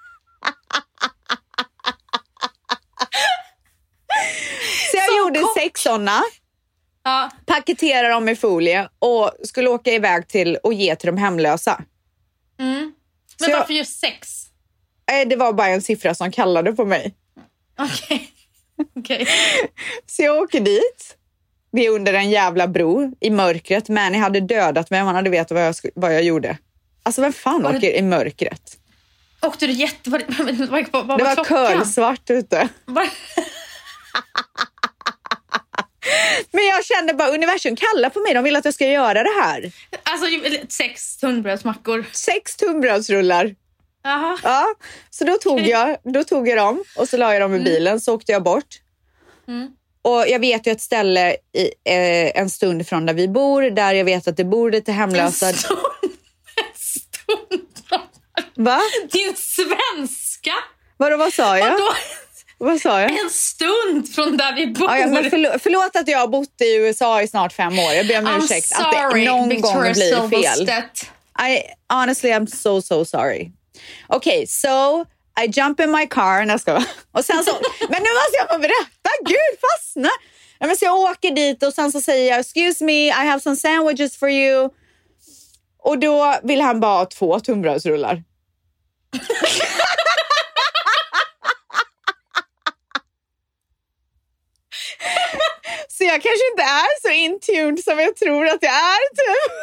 Så jag Så gjorde kort. sex sådana, Ja. paketerade dem i folie och skulle åka iväg till och ge till de hemlösa. Mm. Så Men jag- varför just sex? Eh, Det var bara en siffra som kallade på mig. Okej. Okej. Så jag åker dit. Det är under en jävla bro i mörkret. Manny hade dödat mig om han hade vetat vad jag, sk- vad jag gjorde. Alltså vem fan Var det- åker i mörkret? Åkte du jätte... Vad, vad, vad, vad Det var var klockan? kolsvart ute. Var... Men jag kände bara, universum kallar på mig. De vill att jag ska göra det här. Alltså sex tunnbrödsmackor. Sex tunnbrödsrullar. Jaha. Ja, så då tog jag, då tog jag dem och så la jag dem i bilen. Så åkte jag bort. Mm. Och jag vet ju ett ställe i, eh, en stund från där vi bor. Där jag vet att det bor lite hemlösa. En stund. En stund. Va? Din svenska. Vadå, vad sa jag? Vadå? Vad sa jag? En stund från där vi bor. Ja, ja, men förlåt, förlåt att jag har bott i U S A i snart fem år. Jag ber om I'm ursäkt sorry, att det någon Victoria gång blir fel. Silvstedt. I honestly I'm so so sorry. Okay, so I jump in my car. Och, ska, och sen så, men nu måste jag få berätta. Gud, fastna. Men så jag åker dit och sen så säger jag, excuse me, I have some sandwiches for you. Och då vill han bara ha två tunnbrödsrullar. Så jag kanske inte är så in tuned som jag tror att jag är, typ.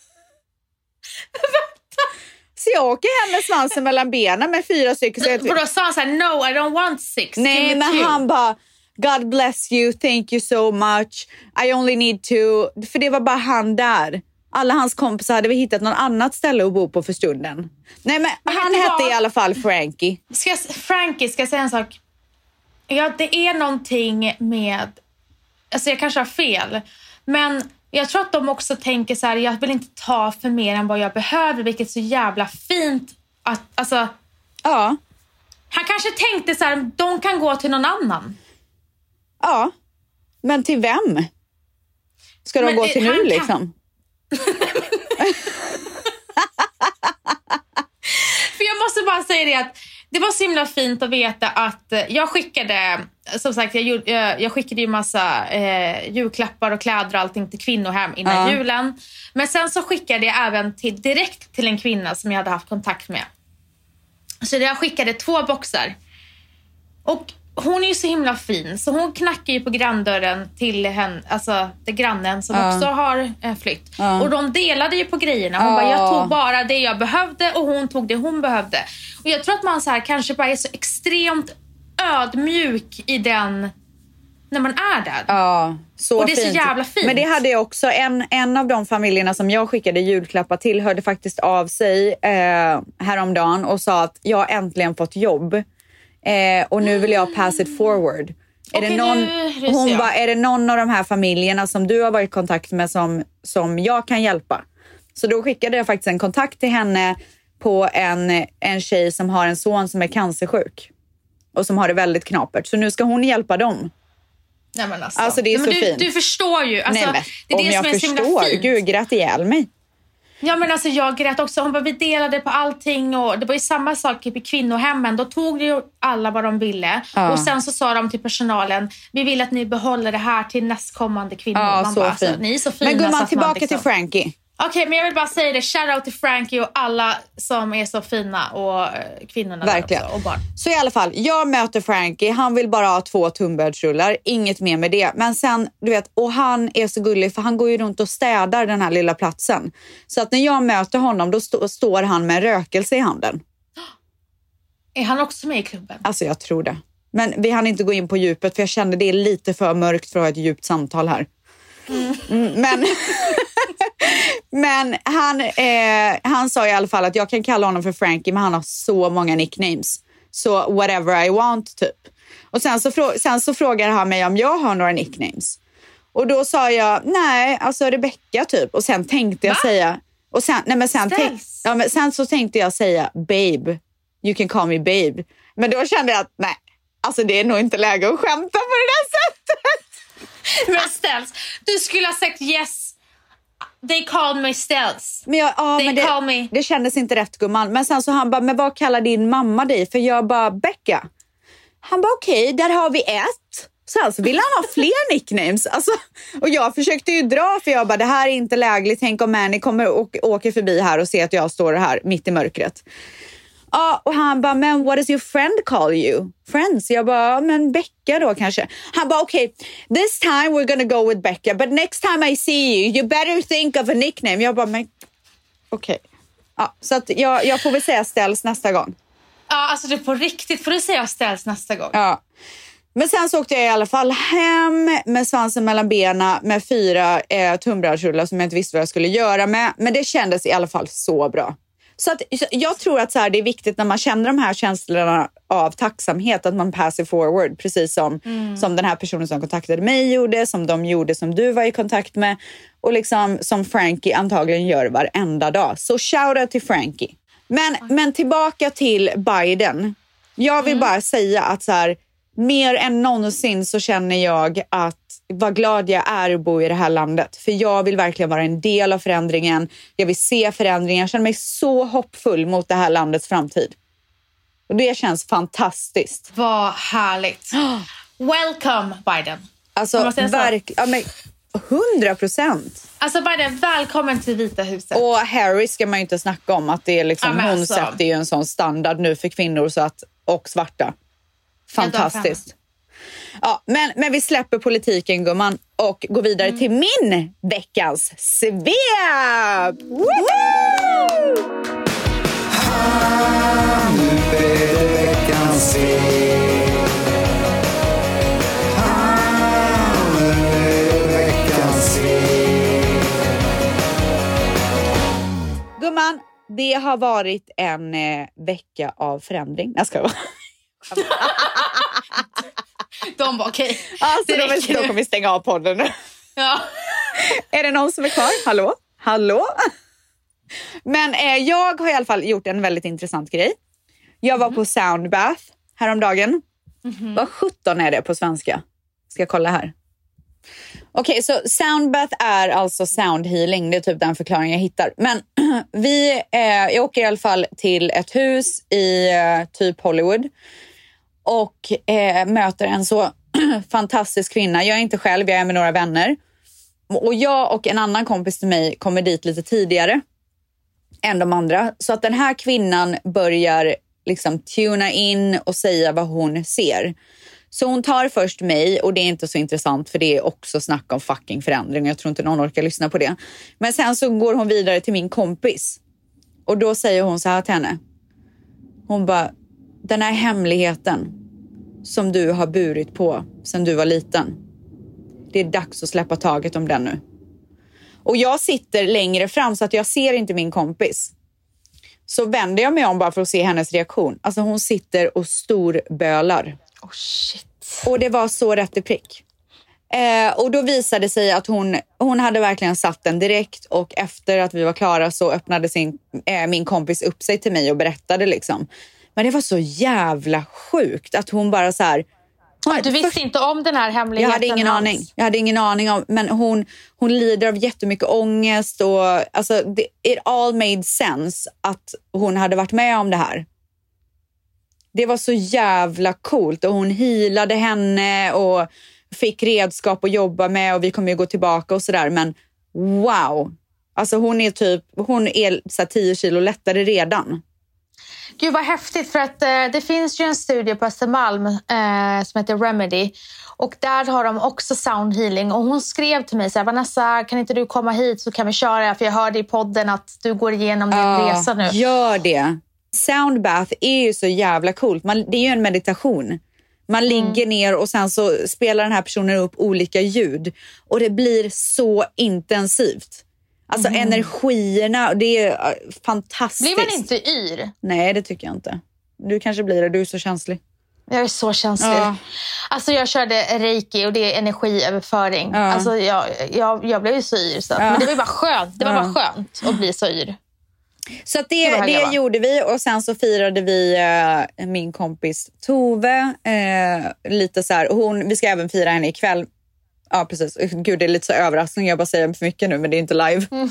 Så jag åker hem med svansen mellan benen med fyra stycken. Så jag, För då sa han så här, no, I don't want six. nej, men two. Han bara, God bless you, thank you so much. I only need two. För det var bara han där. Alla hans kompisar hade vi hittat någon annat ställe att bo på för stunden. Nej, men, men han hette vad? i alla fall Frankie. Ska jag, Frankie, ska jag säga en sak? Ja, det är någonting med... Alltså jag kanske har fel. Men jag tror att de också tänker så här, jag vill inte ta för mer än vad jag behöver. Vilket är så jävla fint. Att, alltså, ja. Han kanske tänkte så här, de kan gå till någon annan. Ja, men till vem? Ska de men, gå till nu kan... liksom? För jag måste bara säga det att det var så himla fint att veta att jag skickade, som sagt, jag, jag, jag skickade ju massa eh, julklappar och kläder och allting till kvinnohem innan ja. julen. Men sen så skickade jag även till, direkt till en kvinna som jag hade haft kontakt med. Så jag skickade två boxar. Och hon är ju så himla fin, så hon knackar ju på granndörren till henne, alltså till grannen som uh. också har eh, flytt. Uh. Och de delade ju på grejerna. Hon uh. bara, jag tog bara det jag behövde och hon tog det hon behövde. Och jag tror att man så här kanske bara är så extremt ödmjuk i den när man är där. Ja, så och det är fint. Så jävla fint. Men det hade jag också. En, en av de familjerna som jag skickade julklappar till hörde faktiskt av sig eh, häromdagen och sa att jag har äntligen fått jobb. Eh, och nu vill jag pass it forward. Är okay, det någon, hon bara, är det någon av de här familjerna som du har varit i kontakt med som, som jag kan hjälpa? Så då skickade jag faktiskt en kontakt till henne på en, en tjej som har en son som är cancersjuk. Och som har det väldigt knapert. Så nu ska hon hjälpa dem. Nej, men alltså. Alltså det är Nej, så du, fint. Du förstår ju. Alltså, Nej, men, det är om det jag som är förstår. fint. Gud, grät ihjäl mig. Ja, men alltså jag grät också. Hon bara, vi delade på allting och det var ju samma sak i kvinnohemmen. Då tog ju alla vad de ville. Ja. Och sen så sa de till personalen, vi vill att ni behåller det här till nästkommande kvinnor. Ja, man så bara, fint. alltså, ni är så fina. Men gumman, man, tillbaka liksom... till Frankie. Okej, okay, men jag vill bara säga det. Shout out till Frankie och alla som är så fina och uh, kvinnorna verkligen. Där också, och barn. Så i alla fall, jag möter Frankie. Han vill bara ha två tunnbrödsrullar. Inget mer med det. Men sen, du vet, och han är så gullig för han går ju runt och städar den här lilla platsen. Så att när jag möter honom, då st- står han med en rökelse i handen. Är han också med i klubben? Alltså jag tror det. Men vi hann inte gå in på djupet för jag kände det är lite för mörkt för att ha ett djupt samtal här. Mm. Mm, men... Men han, eh, han sa i alla fall att jag kan kalla honom för Frankie, men han har så många nicknames. Så whatever I want, typ. Och sen så, frå- sen så frågar han mig om jag har några nicknames. Och då sa jag, nej, alltså Rebecca typ. Och sen tänkte jag Va? säga... Och sen, nej, men sen, tänk, ja, men sen så tänkte jag säga, babe, you can call me babe. Men då kände jag att, nej, alltså det är nog inte läge att skämta på det där sättet. Men Ställs, du skulle ha sagt yes. They call me Ställs. Men jag, ja, They men det, call me. det kändes inte rätt, gumman. Men sen så han bara, men vad kallar din mamma dig? För jag bara, Becka. Han bara, okej, okay, där har vi ett. Sen så ville han ha fler nicknames. Alltså, och jag försökte ju dra, för jag bara, det här är inte lägligt. Tänk om Manny kommer och åker förbi här och ser att jag står här mitt i mörkret. Ja, och han bara, men what does your friend call you? Friends? Jag bara, men Becka då kanske. Han bara, okej, okay, this time we're gonna go with Becka, but next time I see you, you better think of a nickname. Jag bara, men okej. Okay. Ja, så att jag, jag får väl säga Ställs nästa gång. Ja, alltså det på riktigt får du säga Ställs nästa gång. Ja. Men sen så åkte jag i alla fall hem med svansen mellan benen med fyra eh, tunnbrödsrullar som jag inte visste vad jag skulle göra med. Men det kändes i alla fall så bra. Så att, jag tror att så här, det är viktigt när man känner de här känslorna av tacksamhet att man pass it forward. Precis som, mm. som den här personen som kontaktade mig gjorde, som de gjorde som du var i kontakt med. Och liksom som Frankie antagligen gör varenda dag. Så shout out till Frankie. Men, men tillbaka till Biden. Jag vill mm. bara säga att så här, mer än någonsin så känner jag att vad glad jag är att bo i det här landet. För jag vill verkligen vara en del av förändringen. Jag vill se förändringen. Jag känner mig så hoppfull mot det här landets framtid. Och det känns fantastiskt. Vad härligt. Welcome, Biden. Alltså, verk- ja, men hundra procent. Alltså, Biden, välkommen till Vita huset. Och Harry ska man ju inte snacka om. Att det är liksom, ja, hon alltså. sätter ju en sån standard nu för kvinnor så att, och svarta. Fantastiskt. Ja, men, men vi släpper politiken, gumman, och går vidare mm. till min veckans svep. Han är veckans svep. Han är veckans svep. Gumman, det har varit en eh, vecka av förändring. Jag ska vara. De var okej. Okay. Alltså, då, då kommer vi stänga av podden nu. Ja. Är det någon som är kvar? Hallå? Hallå? Men eh, jag har i alla fall gjort en väldigt intressant grej. Jag var mm. på Soundbath häromdagen. Mm-hmm. Vad sjutton är det på svenska? Ska jag kolla här. Okej, okay, så Soundbath är alltså sound healing. Det är typ den förklaring jag hittar. Men vi, eh, jag åker i alla fall till ett hus i eh, typ Hollywood. Och eh, möter en så fantastisk kvinna. Jag är inte själv, jag är med några vänner. Och jag och en annan kompis till mig kommer dit lite tidigare än de andra. Så att den här kvinnan börjar liksom tuna in och säga vad hon ser. Så hon tar först mig, och det är inte så intressant för det är också snack om fucking förändring. Jag tror inte någon orkar lyssna på det. Men sen så går hon vidare till min kompis. Och då säger hon så här till henne. Hon bara, den här hemligheten som du har burit på sedan du var liten. Det är dags att släppa taget om den nu. Och jag sitter längre fram så att jag ser inte min kompis. Så vänder jag mig om bara för att se hennes reaktion. Alltså hon sitter och storbölar. Oh shit. Och det var så rätt i prick. Eh, och då visade det sig att hon, hon hade verkligen satt den direkt. Och efter att vi var klara så öppnade sin, eh, min kompis upp sig till mig och berättade liksom. Men det var så jävla sjukt att hon bara så här... Ja, du visste inte om den här hemligheten? Jag hade ingen hans. aning. Jag hade ingen aning om, men hon, hon lider av jättemycket ångest och alltså det, it all made sense att hon hade varit med om det här. Det var så jävla coolt och hon healade henne och fick redskap att jobba med och vi kommer ju gå tillbaka och sådär, men wow. Alltså hon är typ, hon är så här tio kilo lättare redan. Gud vad häftigt, för att eh, det finns ju en studie på Östermalm eh, som heter Remedy. Och där har de också sound healing. Och hon skrev till mig så här, Vanessa, kan inte du komma hit så kan vi köra? För jag hörde i podden att du går igenom din ja, resa nu. Gör det. Soundbath är ju så jävla coolt. Man, det är ju en meditation. Man ligger mm. ner och sen så spelar den här personen upp olika ljud. Och det blir så intensivt. Alltså mm. energierna, det är fantastiskt. Blir man inte yr? Nej, det tycker jag inte. Du kanske blir det, du är så känslig. Jag är så känslig. Ja. Alltså jag körde reiki och det är energiöverföring. Ja. Alltså jag, jag, jag blev ju så yr. Så. Ja. Men det var ju bara skönt. Det var ja. bara skönt att bli så yr. Så att det, det, det gjorde vi och sen så firade vi uh, min kompis Tove. Uh, lite så här, hon, vi ska även fira henne ikväll. Ja, precis. Gud, det är lite så överraskning. Jag bara säger för mycket nu, men det är inte live. Mm.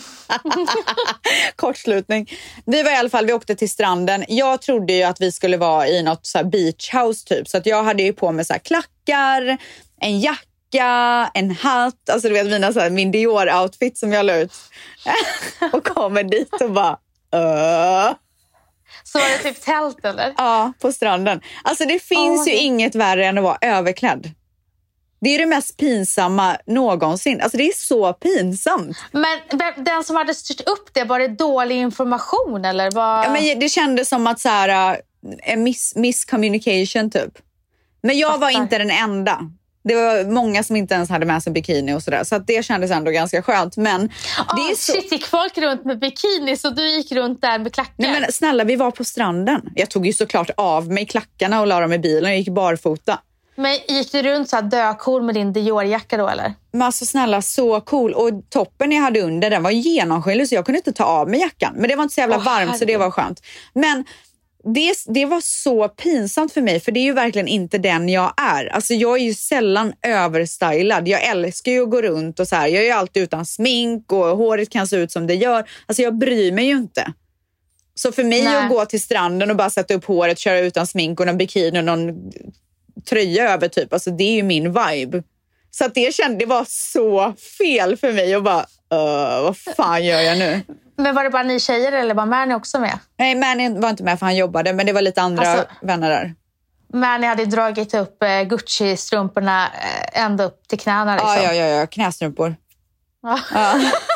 Kortslutning. Vi var i alla fall, vi åkte till stranden. Jag trodde ju att vi skulle vara i något så här beach house typ. Så att jag hade ju på mig så här klackar, en jacka, en hatt. Alltså du vet, mina så här, min Dior-outfit som jag la ut. Och kommer dit och bara... Uh. Så var det typ tält eller? Ja, på stranden. Alltså det finns oh, ju det... inget värre än att vara överklädd. Det är det mest pinsamma någonsin. Alltså det är så pinsamt. Men den som hade styrt upp det, var det dålig information eller vad? Ja, men det kändes som att så här en miss, miscommunication typ. Men jag var Fattar. inte den enda. Det var många som inte ens hade med sig bikini och sådär. Så att det kändes ändå ganska skönt. Men Oh, det är så... shit, gick folk runt med bikini så du gick runt där med klackar? Nej men snälla, vi var på stranden. Jag tog ju såklart av mig klackarna och la dem i bilen och gick barfota. Men gick du runt så här döcool med din Dior-jacka då eller? Men alltså snälla, så cool. Och toppen jag hade under, den var genomskinlig så jag kunde inte ta av mig jackan. Men det var inte så jävla Åh, varmt så det var skönt. Men det, det var så pinsamt för mig, för det är ju verkligen inte den jag är. Alltså jag är ju sällan överstylad. Jag älskar ju att gå runt och så här. Jag är ju alltid utan smink och håret kan se ut som det gör. Alltså jag bryr mig ju inte. Så för mig Nej. att gå till stranden och bara sätta upp håret, köra utan smink och någon bikini och någon tröja över typ. Alltså det är ju min vibe. Så att det kände, det var så fel för mig och bara, uh, vad fan gör jag nu? Men var det bara ni tjejer eller var Manny också med? Nej, Manny var inte med för han jobbade, men det var lite andra Alltså, vänner där. Manny hade dragit upp eh, Gucci-strumporna eh, ända upp till knäna liksom. Ja, ja, ja, ja. Knästrumpor. Ja. Ja.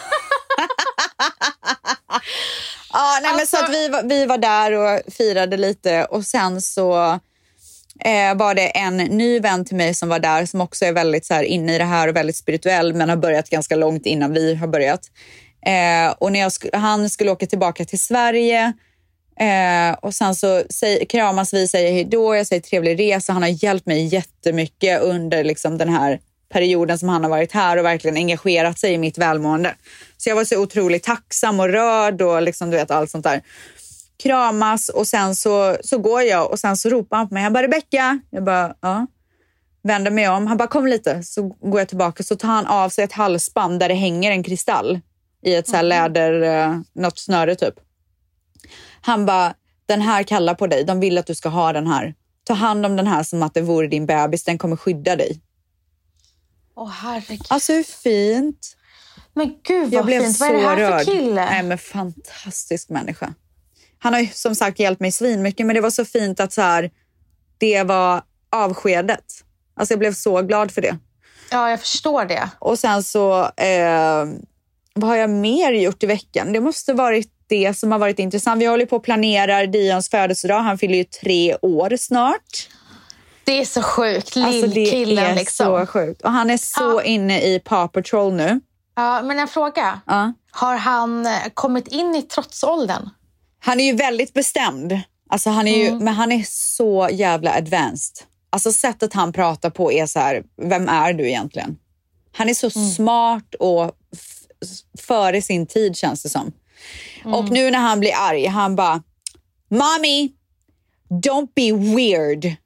Ja, nej, men så Alltså- att vi, var- vi var där och firade lite och sen så eh, var det en ny vän till mig som var där som också är väldigt så här inne i det här och väldigt spirituell men har börjat ganska långt innan vi har börjat. Eh, och när jag sk- han skulle åka tillbaka till Sverige eh, och sen så säg, kramas vi, säger hej då, jag säger trevlig resa. Han har hjälpt mig jättemycket under liksom den här perioden som han har varit här och verkligen engagerat sig i mitt välmående. Så jag var så otroligt tacksam och rörd och liksom du vet allt sånt där. Kramas och sen så, så går jag och sen så ropar han på mig. Han bara, Rebecca. Jag bara, ja. Vänder mig om. Han bara, kom lite. Så går jag tillbaka så tar han av sig ett halsband där det hänger en kristall i ett så här läder, eh, något snöre typ. Han bara, den här kallar på dig. De vill att du ska ha den här. Ta hand om den här som att det vore din bebis. Den kommer skydda dig. Åh herregud. Alltså hur fint. Men gud vad Jag blev fint. så Vad är det här rörd. för kille? Nej, men fantastisk människa. Han har ju som sagt hjälpt mig svin mycket, men det var så fint att så här, det var avskedet. Alltså jag blev så glad för det. Ja, jag förstår det. Och sen så, eh, vad har jag mer gjort i veckan? Det måste varit det som har varit intressant. Vi håller på att planera Dions födelsedag. Han fyller ju tre år snart. Det är så sjukt. Alltså det Lillkillen är liksom. så sjukt. Och han är så Ja. inne i Paw Patrol nu. Ja, men en fråga. Ja. Har han eh, kommit in i trotsåldern? Han är ju väldigt bestämd. Alltså han är ju, Mm. men han är så jävla advanced. Alltså sättet han pratar på är så här, vem är du egentligen? Han är så Mm. smart och f- före sin tid känns det som. Mm. Och nu när han blir arg, han bara, Mommy, don't be weird.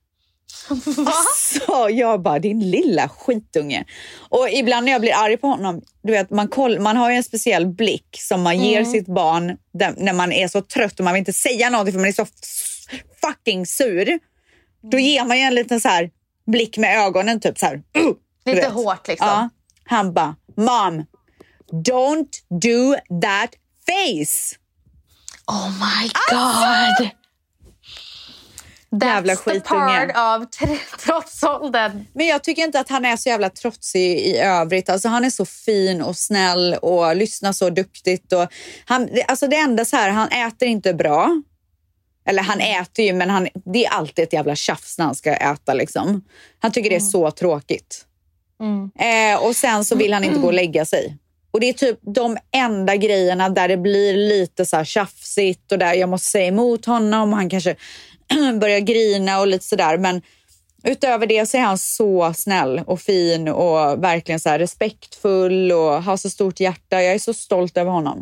Så jag bara, din lilla skitunge. Och ibland när jag blir arg på honom, du vet, man, koll, man har ju en speciell blick som man ger sitt barn där, när man är så trött och man vill inte säga någonting för man är så f- fucking sur. Då ger man ju en liten så här blick med ögonen typ så här. Uh, du Lite vet. hårt liksom. Ja. Han bara, Mom, don't do that face. Oh my god. Jävla That's the skitunge. part av tr- trotsåldern. Men jag tycker inte att han är så jävla trotsig i övrigt. Alltså han är så fin och snäll och lyssnar så duktigt. Och han, alltså det enda så här, han äter inte bra. Eller han äter ju, men han, det är alltid ett jävla tjafs när han ska äta liksom. Han tycker det är så tråkigt. Mm. Eh, och sen så vill han inte gå och lägga sig. Och det är typ de enda grejerna där det blir lite så här tjafsigt och där jag måste säga emot honom. Han kanske börjar grina och lite sådär. Men utöver det så är han så snäll och fin och verkligen så här respektfull och har så stort hjärta. Jag är så stolt över honom.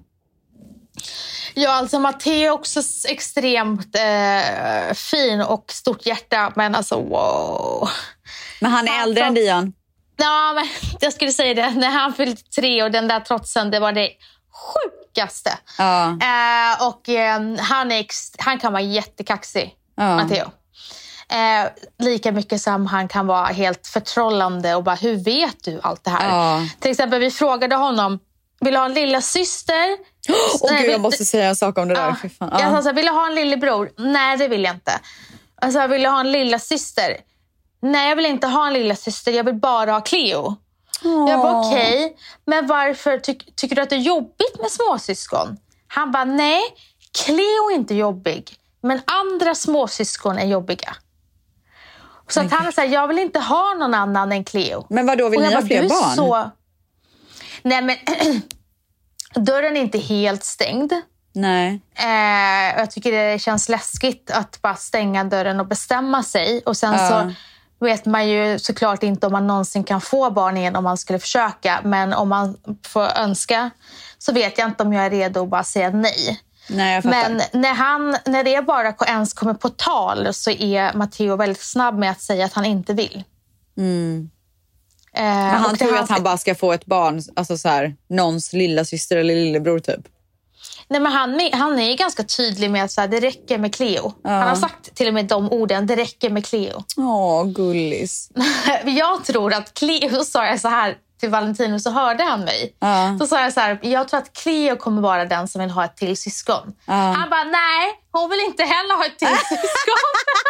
Ja, alltså Matteo är också s- extremt eh, fin och stort hjärta. Men alltså wow. Men han är Han äldre än trots- Dion. Ja, men jag skulle säga det. När han fyllde tre och den där trotsen, det var det sjukaste. Ja. Eh, och eh, han, är ex- han kan vara jättekaxig, Ja. Matteo. Eh, lika mycket som han kan vara helt förtrollande och bara, hur vet du allt det här? Ja. Till exempel, vi frågade honom, vill du ha en lilla syster? Åh Nej, gud, jag vill- måste säga en sak om det där. Ja. Fy fan. Jag sa Ja. så här, vill du ha en lillebror? Nej, det vill jag inte. Alltså, vill du ha en lilla syster? Nej, jag vill inte ha en lilla syster. Jag vill bara ha Cleo. Jag bara, okej. Men varför ty- tycker du att det är jobbigt med småsyskon? Han bara, nej. Cleo är inte jobbig. Men andra småsyskon är jobbiga. Så att han säger, jag vill inte ha någon annan än Cleo. Men vad då vill ni ha fler barn? Så... Nej, men dörren är inte helt stängd. Nej. Eh, jag tycker det känns läskigt att bara stänga dörren och bestämma sig. Och sen ja. så vet man ju såklart inte om man någonsin kan få barn igen om man skulle försöka. Men om man får önska så vet jag inte om jag är redo att bara säga nej. Nej, jag fattar. Men när, han, när det bara ens kommer på tal så är Matteo väldigt snabb med att säga att han inte vill. Mm. Eh, Men han tror han... att han bara ska få ett barn, alltså så här, någons lilla syster eller lillebror typ. Nej, men han, han är ganska tydlig med att så här, det räcker med Cleo. Ja. Han har sagt till och med de orden, det räcker med Cleo. Åh, gullis. Jag tror att Cleo, sa jag så här till Valentino, så hörde han mig. Ja. Då sa jag så här, jag tror att Cleo kommer vara den som vill ha ett till syskon. Ja. Han bara, nej, hon vill inte heller ha ett till syskon.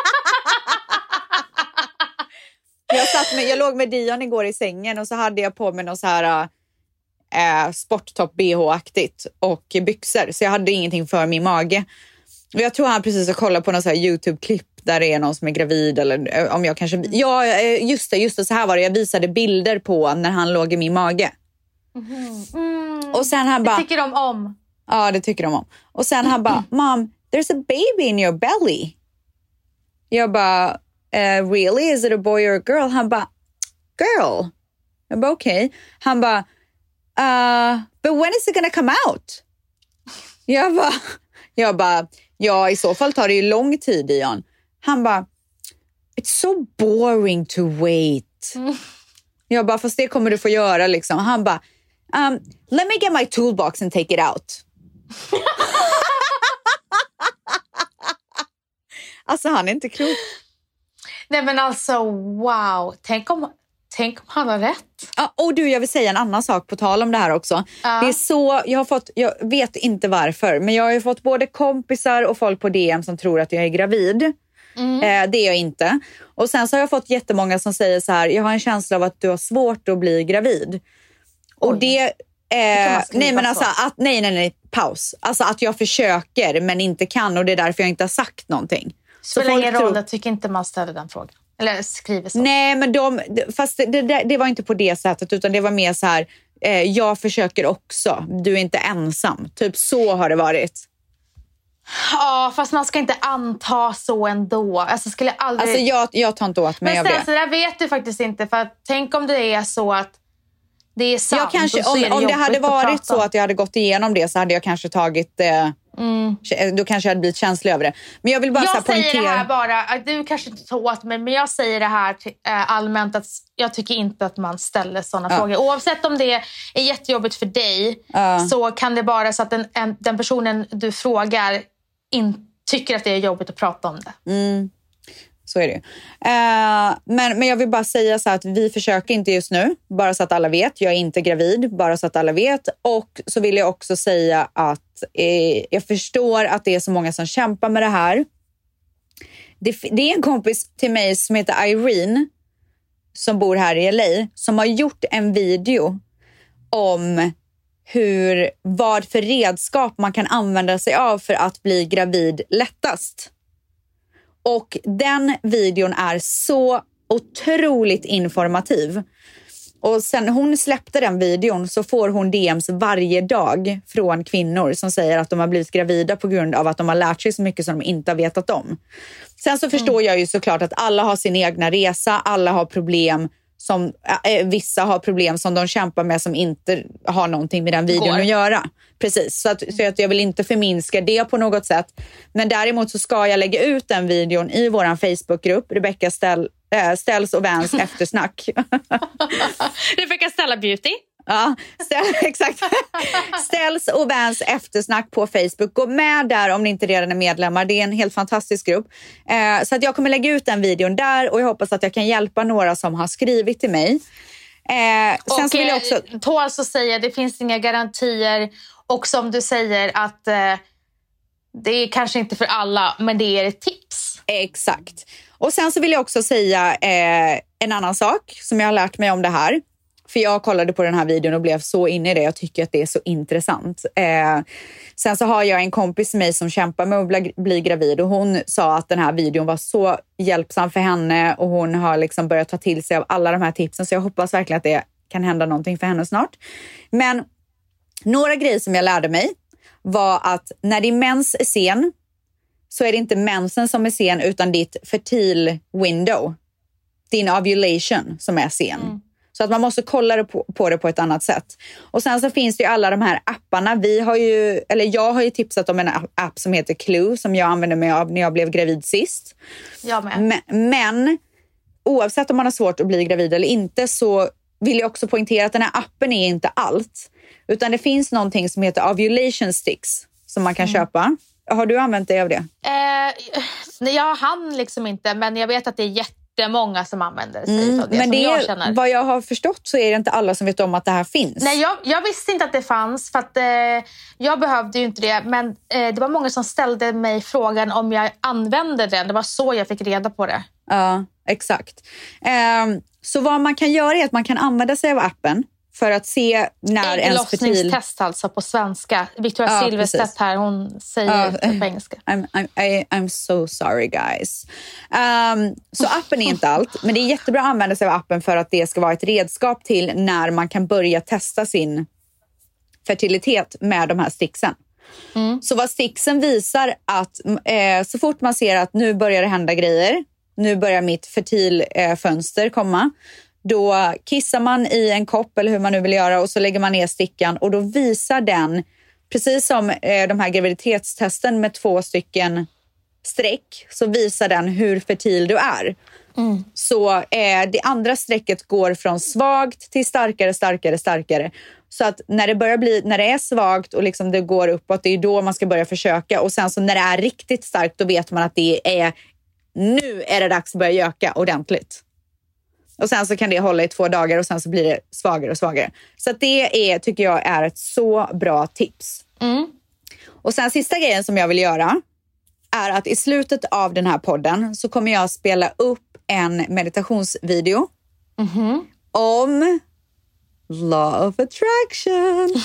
Jag, satt med, jag låg med Dion igår i sängen och så hade jag på mig någon så här äh, sporttopp B H-aktigt och byxor. Så jag hade ingenting för min mage. Och jag tror han precis har kollat på någon så här YouTube-klipp där det är någon som är gravid. Eller om jag kanske... Ja, just det, just det, så här var det. Jag visade bilder på när han låg i min mage. Mm. Mm. Och sen han bara... Det tycker de om. Ja, det tycker de om. Och sen han bara, Mom, there's a baby in your belly. Jag bara, uh, really? Is it a boy or a girl? Han bara, girl. Jag bara, okej. Okay. Han bara, uh, but when is it gonna come out? Jag bara, jag bara, ja, i så fall tar det ju lång tid, Dion. Han bara, it's so boring to wait. Mm. Jag bara, fast det kommer du få göra liksom. Han bara, um, let me get my toolbox and take it out. Alltså han är inte klok. Nej, men alltså wow. Tänk om, tänk om han har rätt. Ja, och du, jag vill säga en annan sak på tal om det här också. Ja. Det är så, jag har fått, jag vet inte varför, men jag har ju fått både kompisar och folk på D M som tror att jag är gravid. Mm. Eh, det är jag inte. Och sen så har jag fått jättemånga som säger så här, jag har en känsla av att du har svårt att bli gravid. Och Oj. det... Eh, nej men alltså att, nej nej nej paus. Alltså att jag försöker men inte kan och det är därför jag inte har sagt någonting. Så folk länge tror... roll, jag tycker inte man ställer den frågan. Eller skriver så. Nej men de, fast det, det, det var inte på det sättet utan det var mer så här, eh, jag försöker också. Du är inte ensam. Typ så har det varit. Ja, fast man ska inte anta så ändå. Alltså skulle jag aldrig... Alltså jag, jag tar inte åt mig men av det. Men så där vet du faktiskt inte. För att, tänk om det är så att det är sant. Jag kanske, om det, om det hade varit så att jag hade gått igenom det så hade jag kanske tagit... Eh, mm. Då kanske jag hade blivit känslig över det. Men jag vill bara jag så poängtera... säger det här bara... Du kanske inte tar åt mig, men jag säger det här till, äh, allmänt att jag tycker inte att man ställer sådana ja. frågor. Oavsett om det är jättejobbigt för dig ja. så kan det vara så att den, en, den personen du frågar inte tycker att det är jobbigt att prata om det. Mm. Så är det. Uh, men, men jag vill bara säga så här att vi försöker inte just nu. Bara så att alla vet. Jag är inte gravid. Bara så att alla vet. Och så vill jag också säga att eh, jag förstår att det är så många som kämpar med det här. Det, det är en kompis till mig som heter Irene. Som bor här i L A. Som har gjort en video om hur, vad för redskap man kan använda sig av för att bli gravid lättast. Och den videon är så otroligt informativ. Och sen hon släppte den videon så får hon D Ms varje dag från kvinnor som säger att de har blivit gravida på grund av att de har lärt sig så mycket som de inte har vetat om. Sen så förstår jag ju såklart att alla har sin egna resa, alla har problem som, äh, vissa har problem som de kämpar med som inte har någonting med den videon Går. att göra. Precis, så, att, så att jag vill inte förminska det på något sätt. Men däremot så ska jag lägga ut den videon i våran Facebookgrupp, Rebecca Ställ, äh, Ställs och Vans eftersnack. Rebecca Stella Beauty. Ja, ställ, exakt. Ställs och Vans eftersnack på Facebook. Gå med där om ni inte redan är medlemmar. Det är en helt fantastisk grupp. Eh, så att jag kommer lägga ut den videon där och jag hoppas att jag kan hjälpa några som har skrivit till mig. Eh, sen och så vill jag också... tåls att säga, det finns inga garantier. Och som du säger att eh, det är kanske inte för alla, men det är ett tips. Exakt. Och sen så vill jag också säga eh, en annan sak som jag har lärt mig om det här. För jag kollade på den här videon och blev så inne i det. Jag tycker att det är så intressant. Eh, sen så har jag en kompis med mig som kämpar med att bli, bli gravid. Och hon sa att den här videon var så hjälpsam för henne. Och hon har liksom börjat ta till sig av alla de här tipsen. Så jag hoppas verkligen att det kan hända någonting för henne snart. Men några grejer som jag lärde mig var att när din mens är sen så är det inte mensen som är sen utan ditt fertil window. Din ovulation som är sen. Mm. Så att man måste kolla på, på det på ett annat sätt. Och sen så finns det ju alla de här apparna. Vi har ju, eller jag har ju tipsat om en app som heter Clue som jag använde mig av när jag blev gravid sist. Jag med. Men, men oavsett om man har svårt att bli gravid eller inte så vill jag också poängtera att den här appen är inte allt. Utan det finns någonting som heter ovulation sticks som man kan mm. köpa. Har du använt dig av det? Eh, jag hann liksom inte, men jag vet att det är jättemånga som använder sig mm, av det. Men det jag är, känner. vad jag har förstått så är det inte alla som vet om att det här finns. Nej, jag, jag visste inte att det fanns för att eh, jag behövde ju inte det. Men eh, det var många som ställde mig frågan om jag använde den. Det var så jag fick reda på det. Ja, exakt. Eh, så vad man kan göra är att man kan använda sig av appen för att se när ens fertil... Ägglossningstest alltså på svenska. Victoria ja, Silvstedt här, hon säger ja, det på engelska. I'm, I'm, I, I'm so sorry guys. Um, så appen är inte allt, men det är jättebra att använda sig av appen för att det ska vara ett redskap till när man kan börja testa sin fertilitet med de här sticksen. Mm. Så vad sticksen visar att eh, så fort man ser att nu börjar det hända grejer, nu börjar mitt fertilfönster eh, komma, då kissar man i en kopp eller hur man nu vill göra och så lägger man ner stickan och då visar den, precis som eh, de här graviditetstesten med två stycken streck, så visar den hur fertil du är. Mm. Så eh, det andra strecket går från svagt till starkare, starkare, starkare. Så att när det börjar bli, när det är svagt och liksom det går uppåt, det är då man ska börja försöka. Och sen så när det är riktigt starkt, då vet man att det är, nu är det dags att börja göka ordentligt. Och sen så kan det hålla i två dagar och sen så blir det svagare och svagare. Så att det är, tycker jag är ett så bra tips. Mm. Och sen sista grejen som jag vill göra är att i slutet av den här podden så kommer jag spela upp en meditationsvideo mm-hmm. om law of attraction.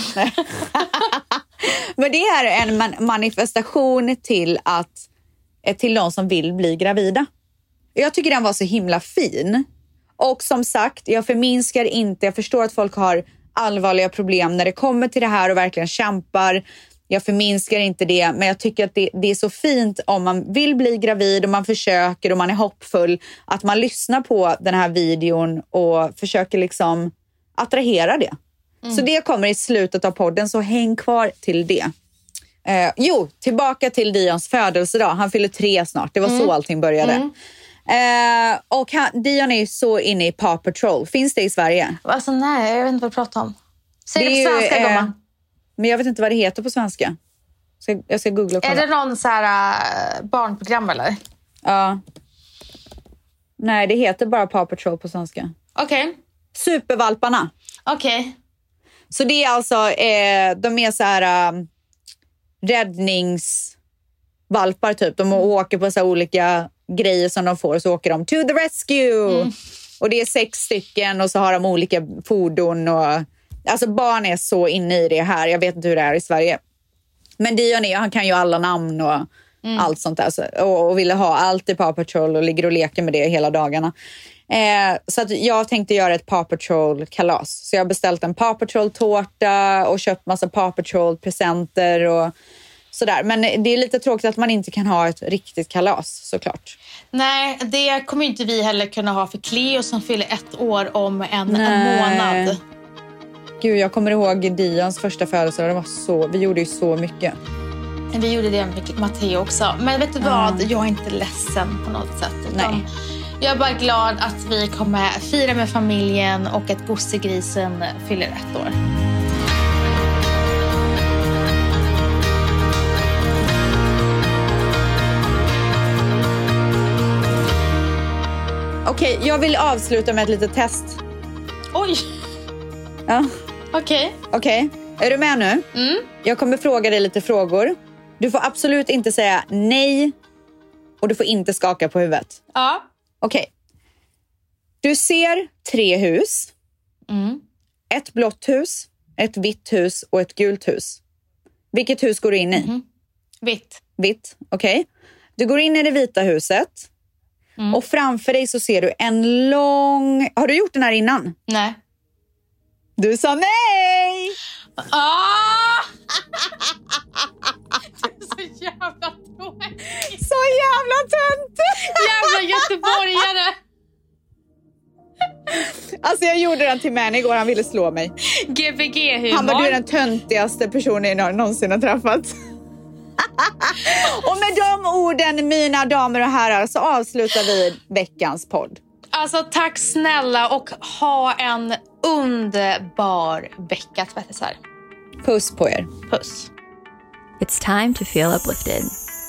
Men det är en man- manifestation till att till någon som vill bli gravida. Jag tycker den var så himla fin. Och som sagt, jag förminskar inte. Jag förstår att folk har allvarliga problem när det kommer till det här och verkligen kämpar. Jag förminskar inte det, men jag tycker att det, det är så fint om man vill bli gravid och man försöker och man är hoppfull. Att man lyssnar på den här videon och försöker liksom attrahera det. Mm. Så det kommer i slutet av podden, så häng kvar till det. Eh, jo, tillbaka till Dions födelsedag. Han fyller tre snart. Det var mm. så allting började. Mm. Eh, och han, Dion är ju så inne i Paw Patrol. Finns det i Sverige? Alltså nej, jag vet inte vad du pratar om. Säg det på svenska, eh, gumman. Men jag vet inte vad det heter på svenska. Så jag ska googla och kolla. Är det någon så här uh, barnprogram eller? Ja. Nej, det heter bara Paw Patrol på svenska. Okej. Okay. Supervalparna. Okej. Okay. Så det är alltså, eh, de är så här uh, räddningsvalpar typ. De mm. åker på så här olika grejer som de får och så åker de to the rescue. Mm. Och det är sex stycken och så har de olika fordon och alltså barn är så inne i det här. Jag vet inte hur det är i Sverige. Men Dion är, han kan ju alla namn och mm. allt sånt där. Så, och, och ville ha allt i Paw Patrol och ligger och leker med det hela dagarna. Eh, så att jag tänkte göra ett Paw Patrol-kalas. Så jag har beställt en Paw Patrol-tårta och köpt massa Paw Patrol-presenter och sådär. Men det är lite tråkigt att man inte kan ha ett riktigt kalas, såklart. Nej, det kommer inte vi heller kunna ha för Cleo som fyller ett år om en, en månad. Gud, jag kommer ihåg Dions första födelsedag. Det var så, vi gjorde ju så mycket. Vi gjorde det med Matteo också. Men vet du vad? Mm. Jag är inte ledsen på något sätt. Nej. Jag är bara glad att vi kommer fira med familjen och att gossegrisen fyller ett år. Okej, okay, jag vill avsluta med ett litet test. Oj! Ja. Okej. Okay. Okej, okay. Är du med nu? Mm. Jag kommer fråga dig lite frågor. Du får absolut inte säga nej och du får inte skaka på huvudet. Ja. Okej. Okay. Du ser tre hus. Mm. ett blått hus, ett vitt hus och ett gult hus. Vilket hus går du in i? Mm. Vitt. Vitt, okej. Okay. Du går in i det vita huset. Mm. Och framför dig så ser du en lång... Har du gjort den här innan? Nej. Du sa nej! Ah! Du är så jävla tråkig. Så jävla tönt! Jävla göteborgare. Alltså jag gjorde den till Manny igår, han ville slå mig. G V G-humor. Han var du är den töntigaste personen jag någonsin har träffat. Och med de orden, mina damer och herrar, så avslutar vi veckans podd. Alltså tack snälla och ha en underbar vecka, tvättisar. Puss på er. Puss. It's time to feel uplifted.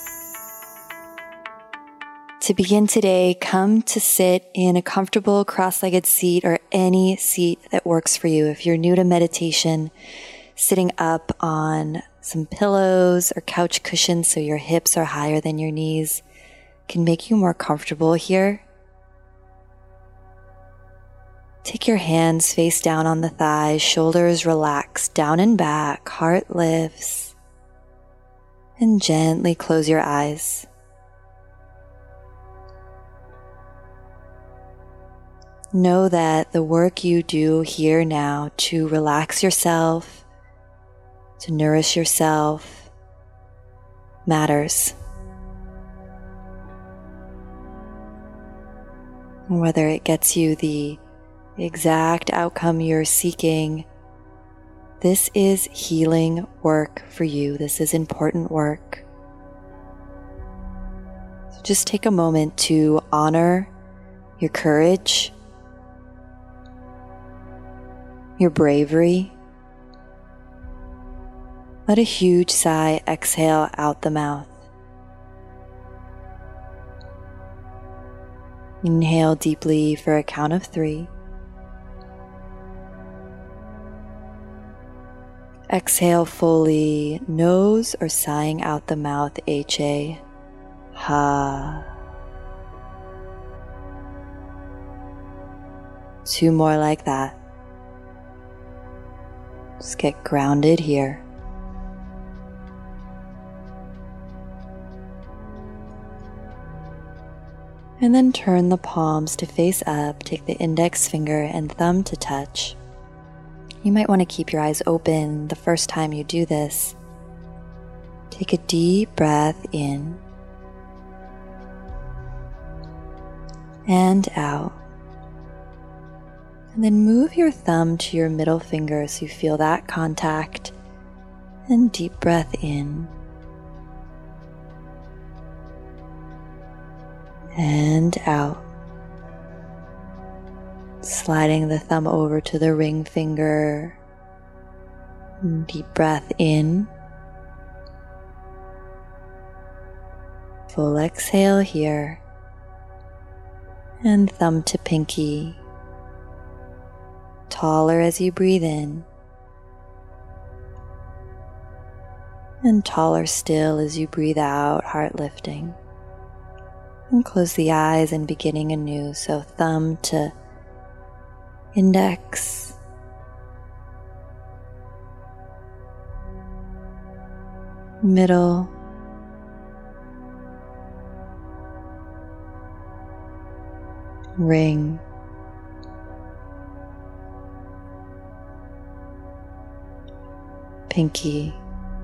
To begin today, come to sit in a comfortable cross-legged seat or any seat that works for you. If you're new to meditation, sitting up on some pillows or couch cushions so your hips are higher than your knees can make you more comfortable here. Take your hands face down on the thighs, shoulders relaxed, down and back, heart lifts, and gently close your eyes. Know that the work you do here now to relax yourself, to nourish yourself, matters. Whether it gets you the exact outcome you're seeking, this is healing work for you. This is important work. So just take a moment to honor your courage, your bravery. Let a huge sigh exhale out the mouth. Inhale deeply for a count of three. Exhale fully, nose or sighing out the mouth, H A. Ha. Two more like that. Just get grounded here. And then turn the palms to face up, take the index finger and thumb to touch. You might want to keep your eyes open the first time you do this. Take a deep breath in and out. And then move your thumb to your middle finger so you feel that contact. And deep breath in. And out. Sliding the thumb over to the ring finger. Deep breath in. Full exhale here. And thumb to pinky. Taller as you breathe in. And taller still as you breathe out, heart lifting. And close the eyes and beginning anew. So thumb to index. Middle. Ring. Pinky.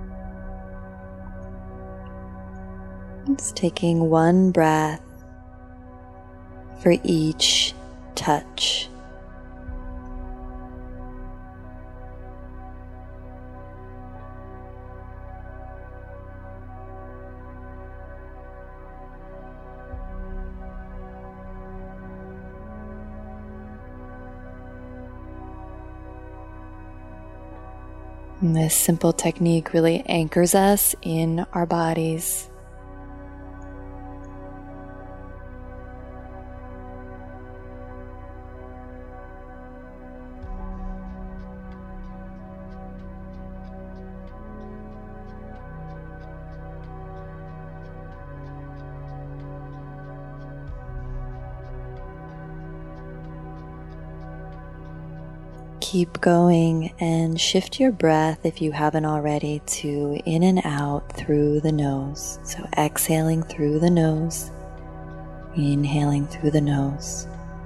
Just taking one breath for each touch. And this simple technique really anchors us in our bodies. keep going and shift your breath, if you haven't already, to in and out through the nose. So exhaling through the nose, inhaling through the nose.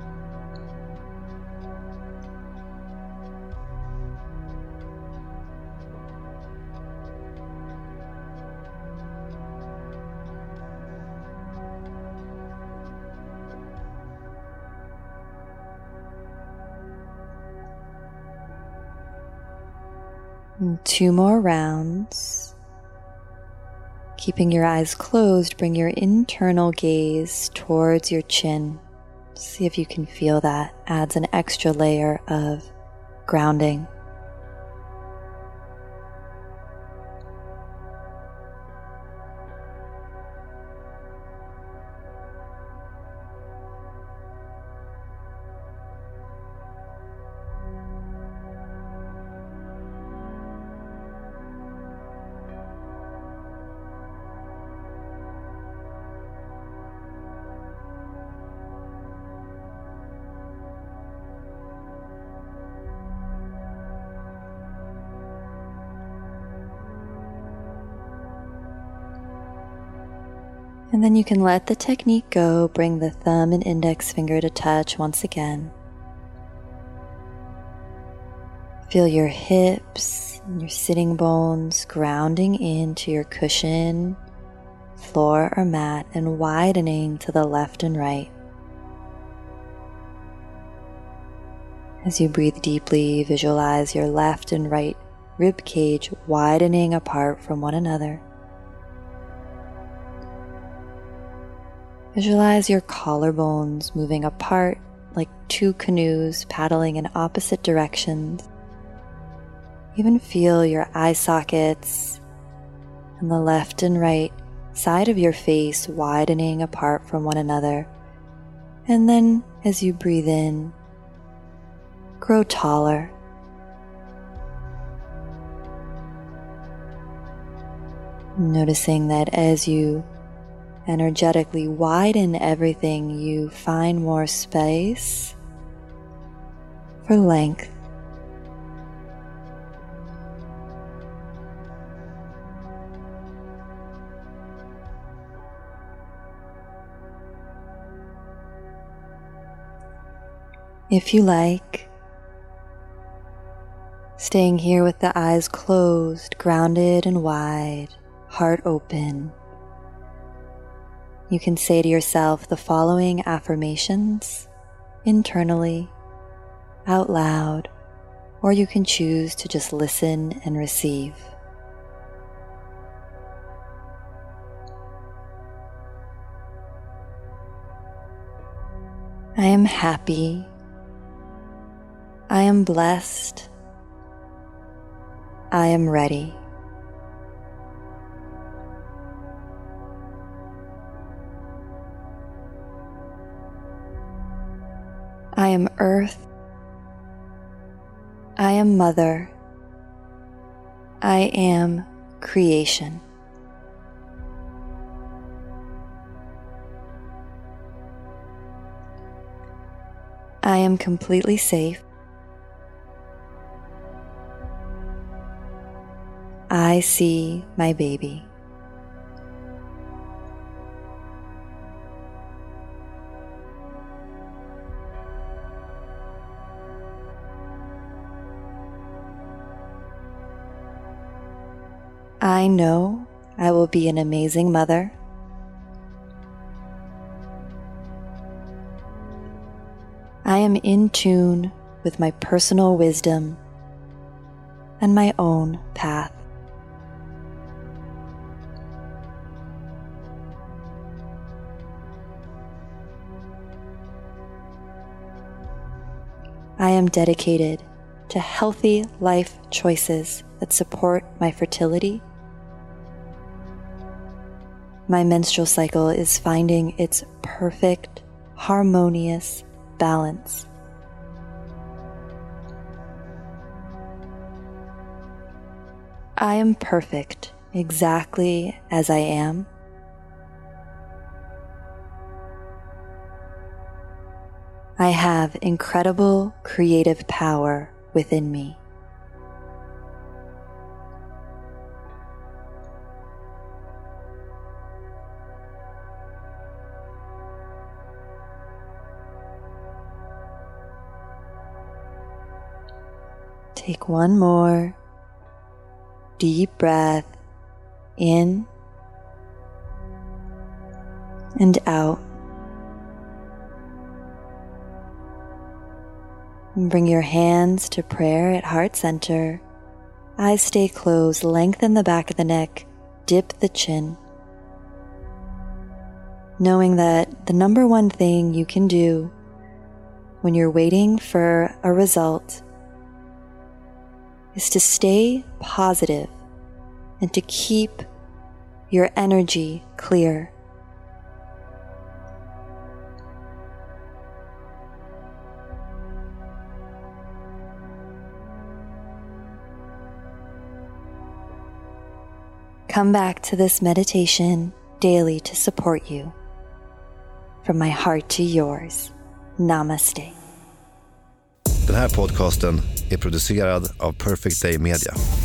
And two more rounds. Keeping your eyes closed, bring your internal gaze towards your chin. See if you can feel that. Adds an extra layer of grounding. And then you can let the technique go. Bring the thumb and index finger to touch once again. Feel your hips and your sitting bones grounding into your cushion, floor, or mat, and widening to the left and right. As you breathe deeply, visualize your left and right rib cage widening apart from one another. Visualize your collarbones moving apart like two canoes paddling in opposite directions. Even feel your eye sockets and the left and right side of your face widening apart from one another. And then as you breathe in, grow taller. Noticing that as you energetically widen everything, you find more space for length. If you like, staying here with the eyes closed, grounded and wide, heart open, you can say to yourself the following affirmations internally, out loud, or you can choose to just listen and receive. I am happy. I am blessed. I am ready. I am earth. I am mother. I am creation. I am completely safe. I see my baby. I know I will be an amazing mother. I am in tune with my personal wisdom and my own path. I am dedicated to healthy life choices that support my fertility. My menstrual cycle is finding its perfect, harmonious balance. I am perfect exactly as I am. I have incredible creative power within me. Take one more deep breath in and out. And bring your hands to prayer at heart center. Eyes stay closed, lengthen the back of the neck, dip the chin. Knowing that the number one thing you can do when you're waiting for a result is to stay positive and to keep your energy clear. Come back to this meditation daily to support you. From my heart to yours. Namaste. Den här podcasten är producerad av Perfect Day Media.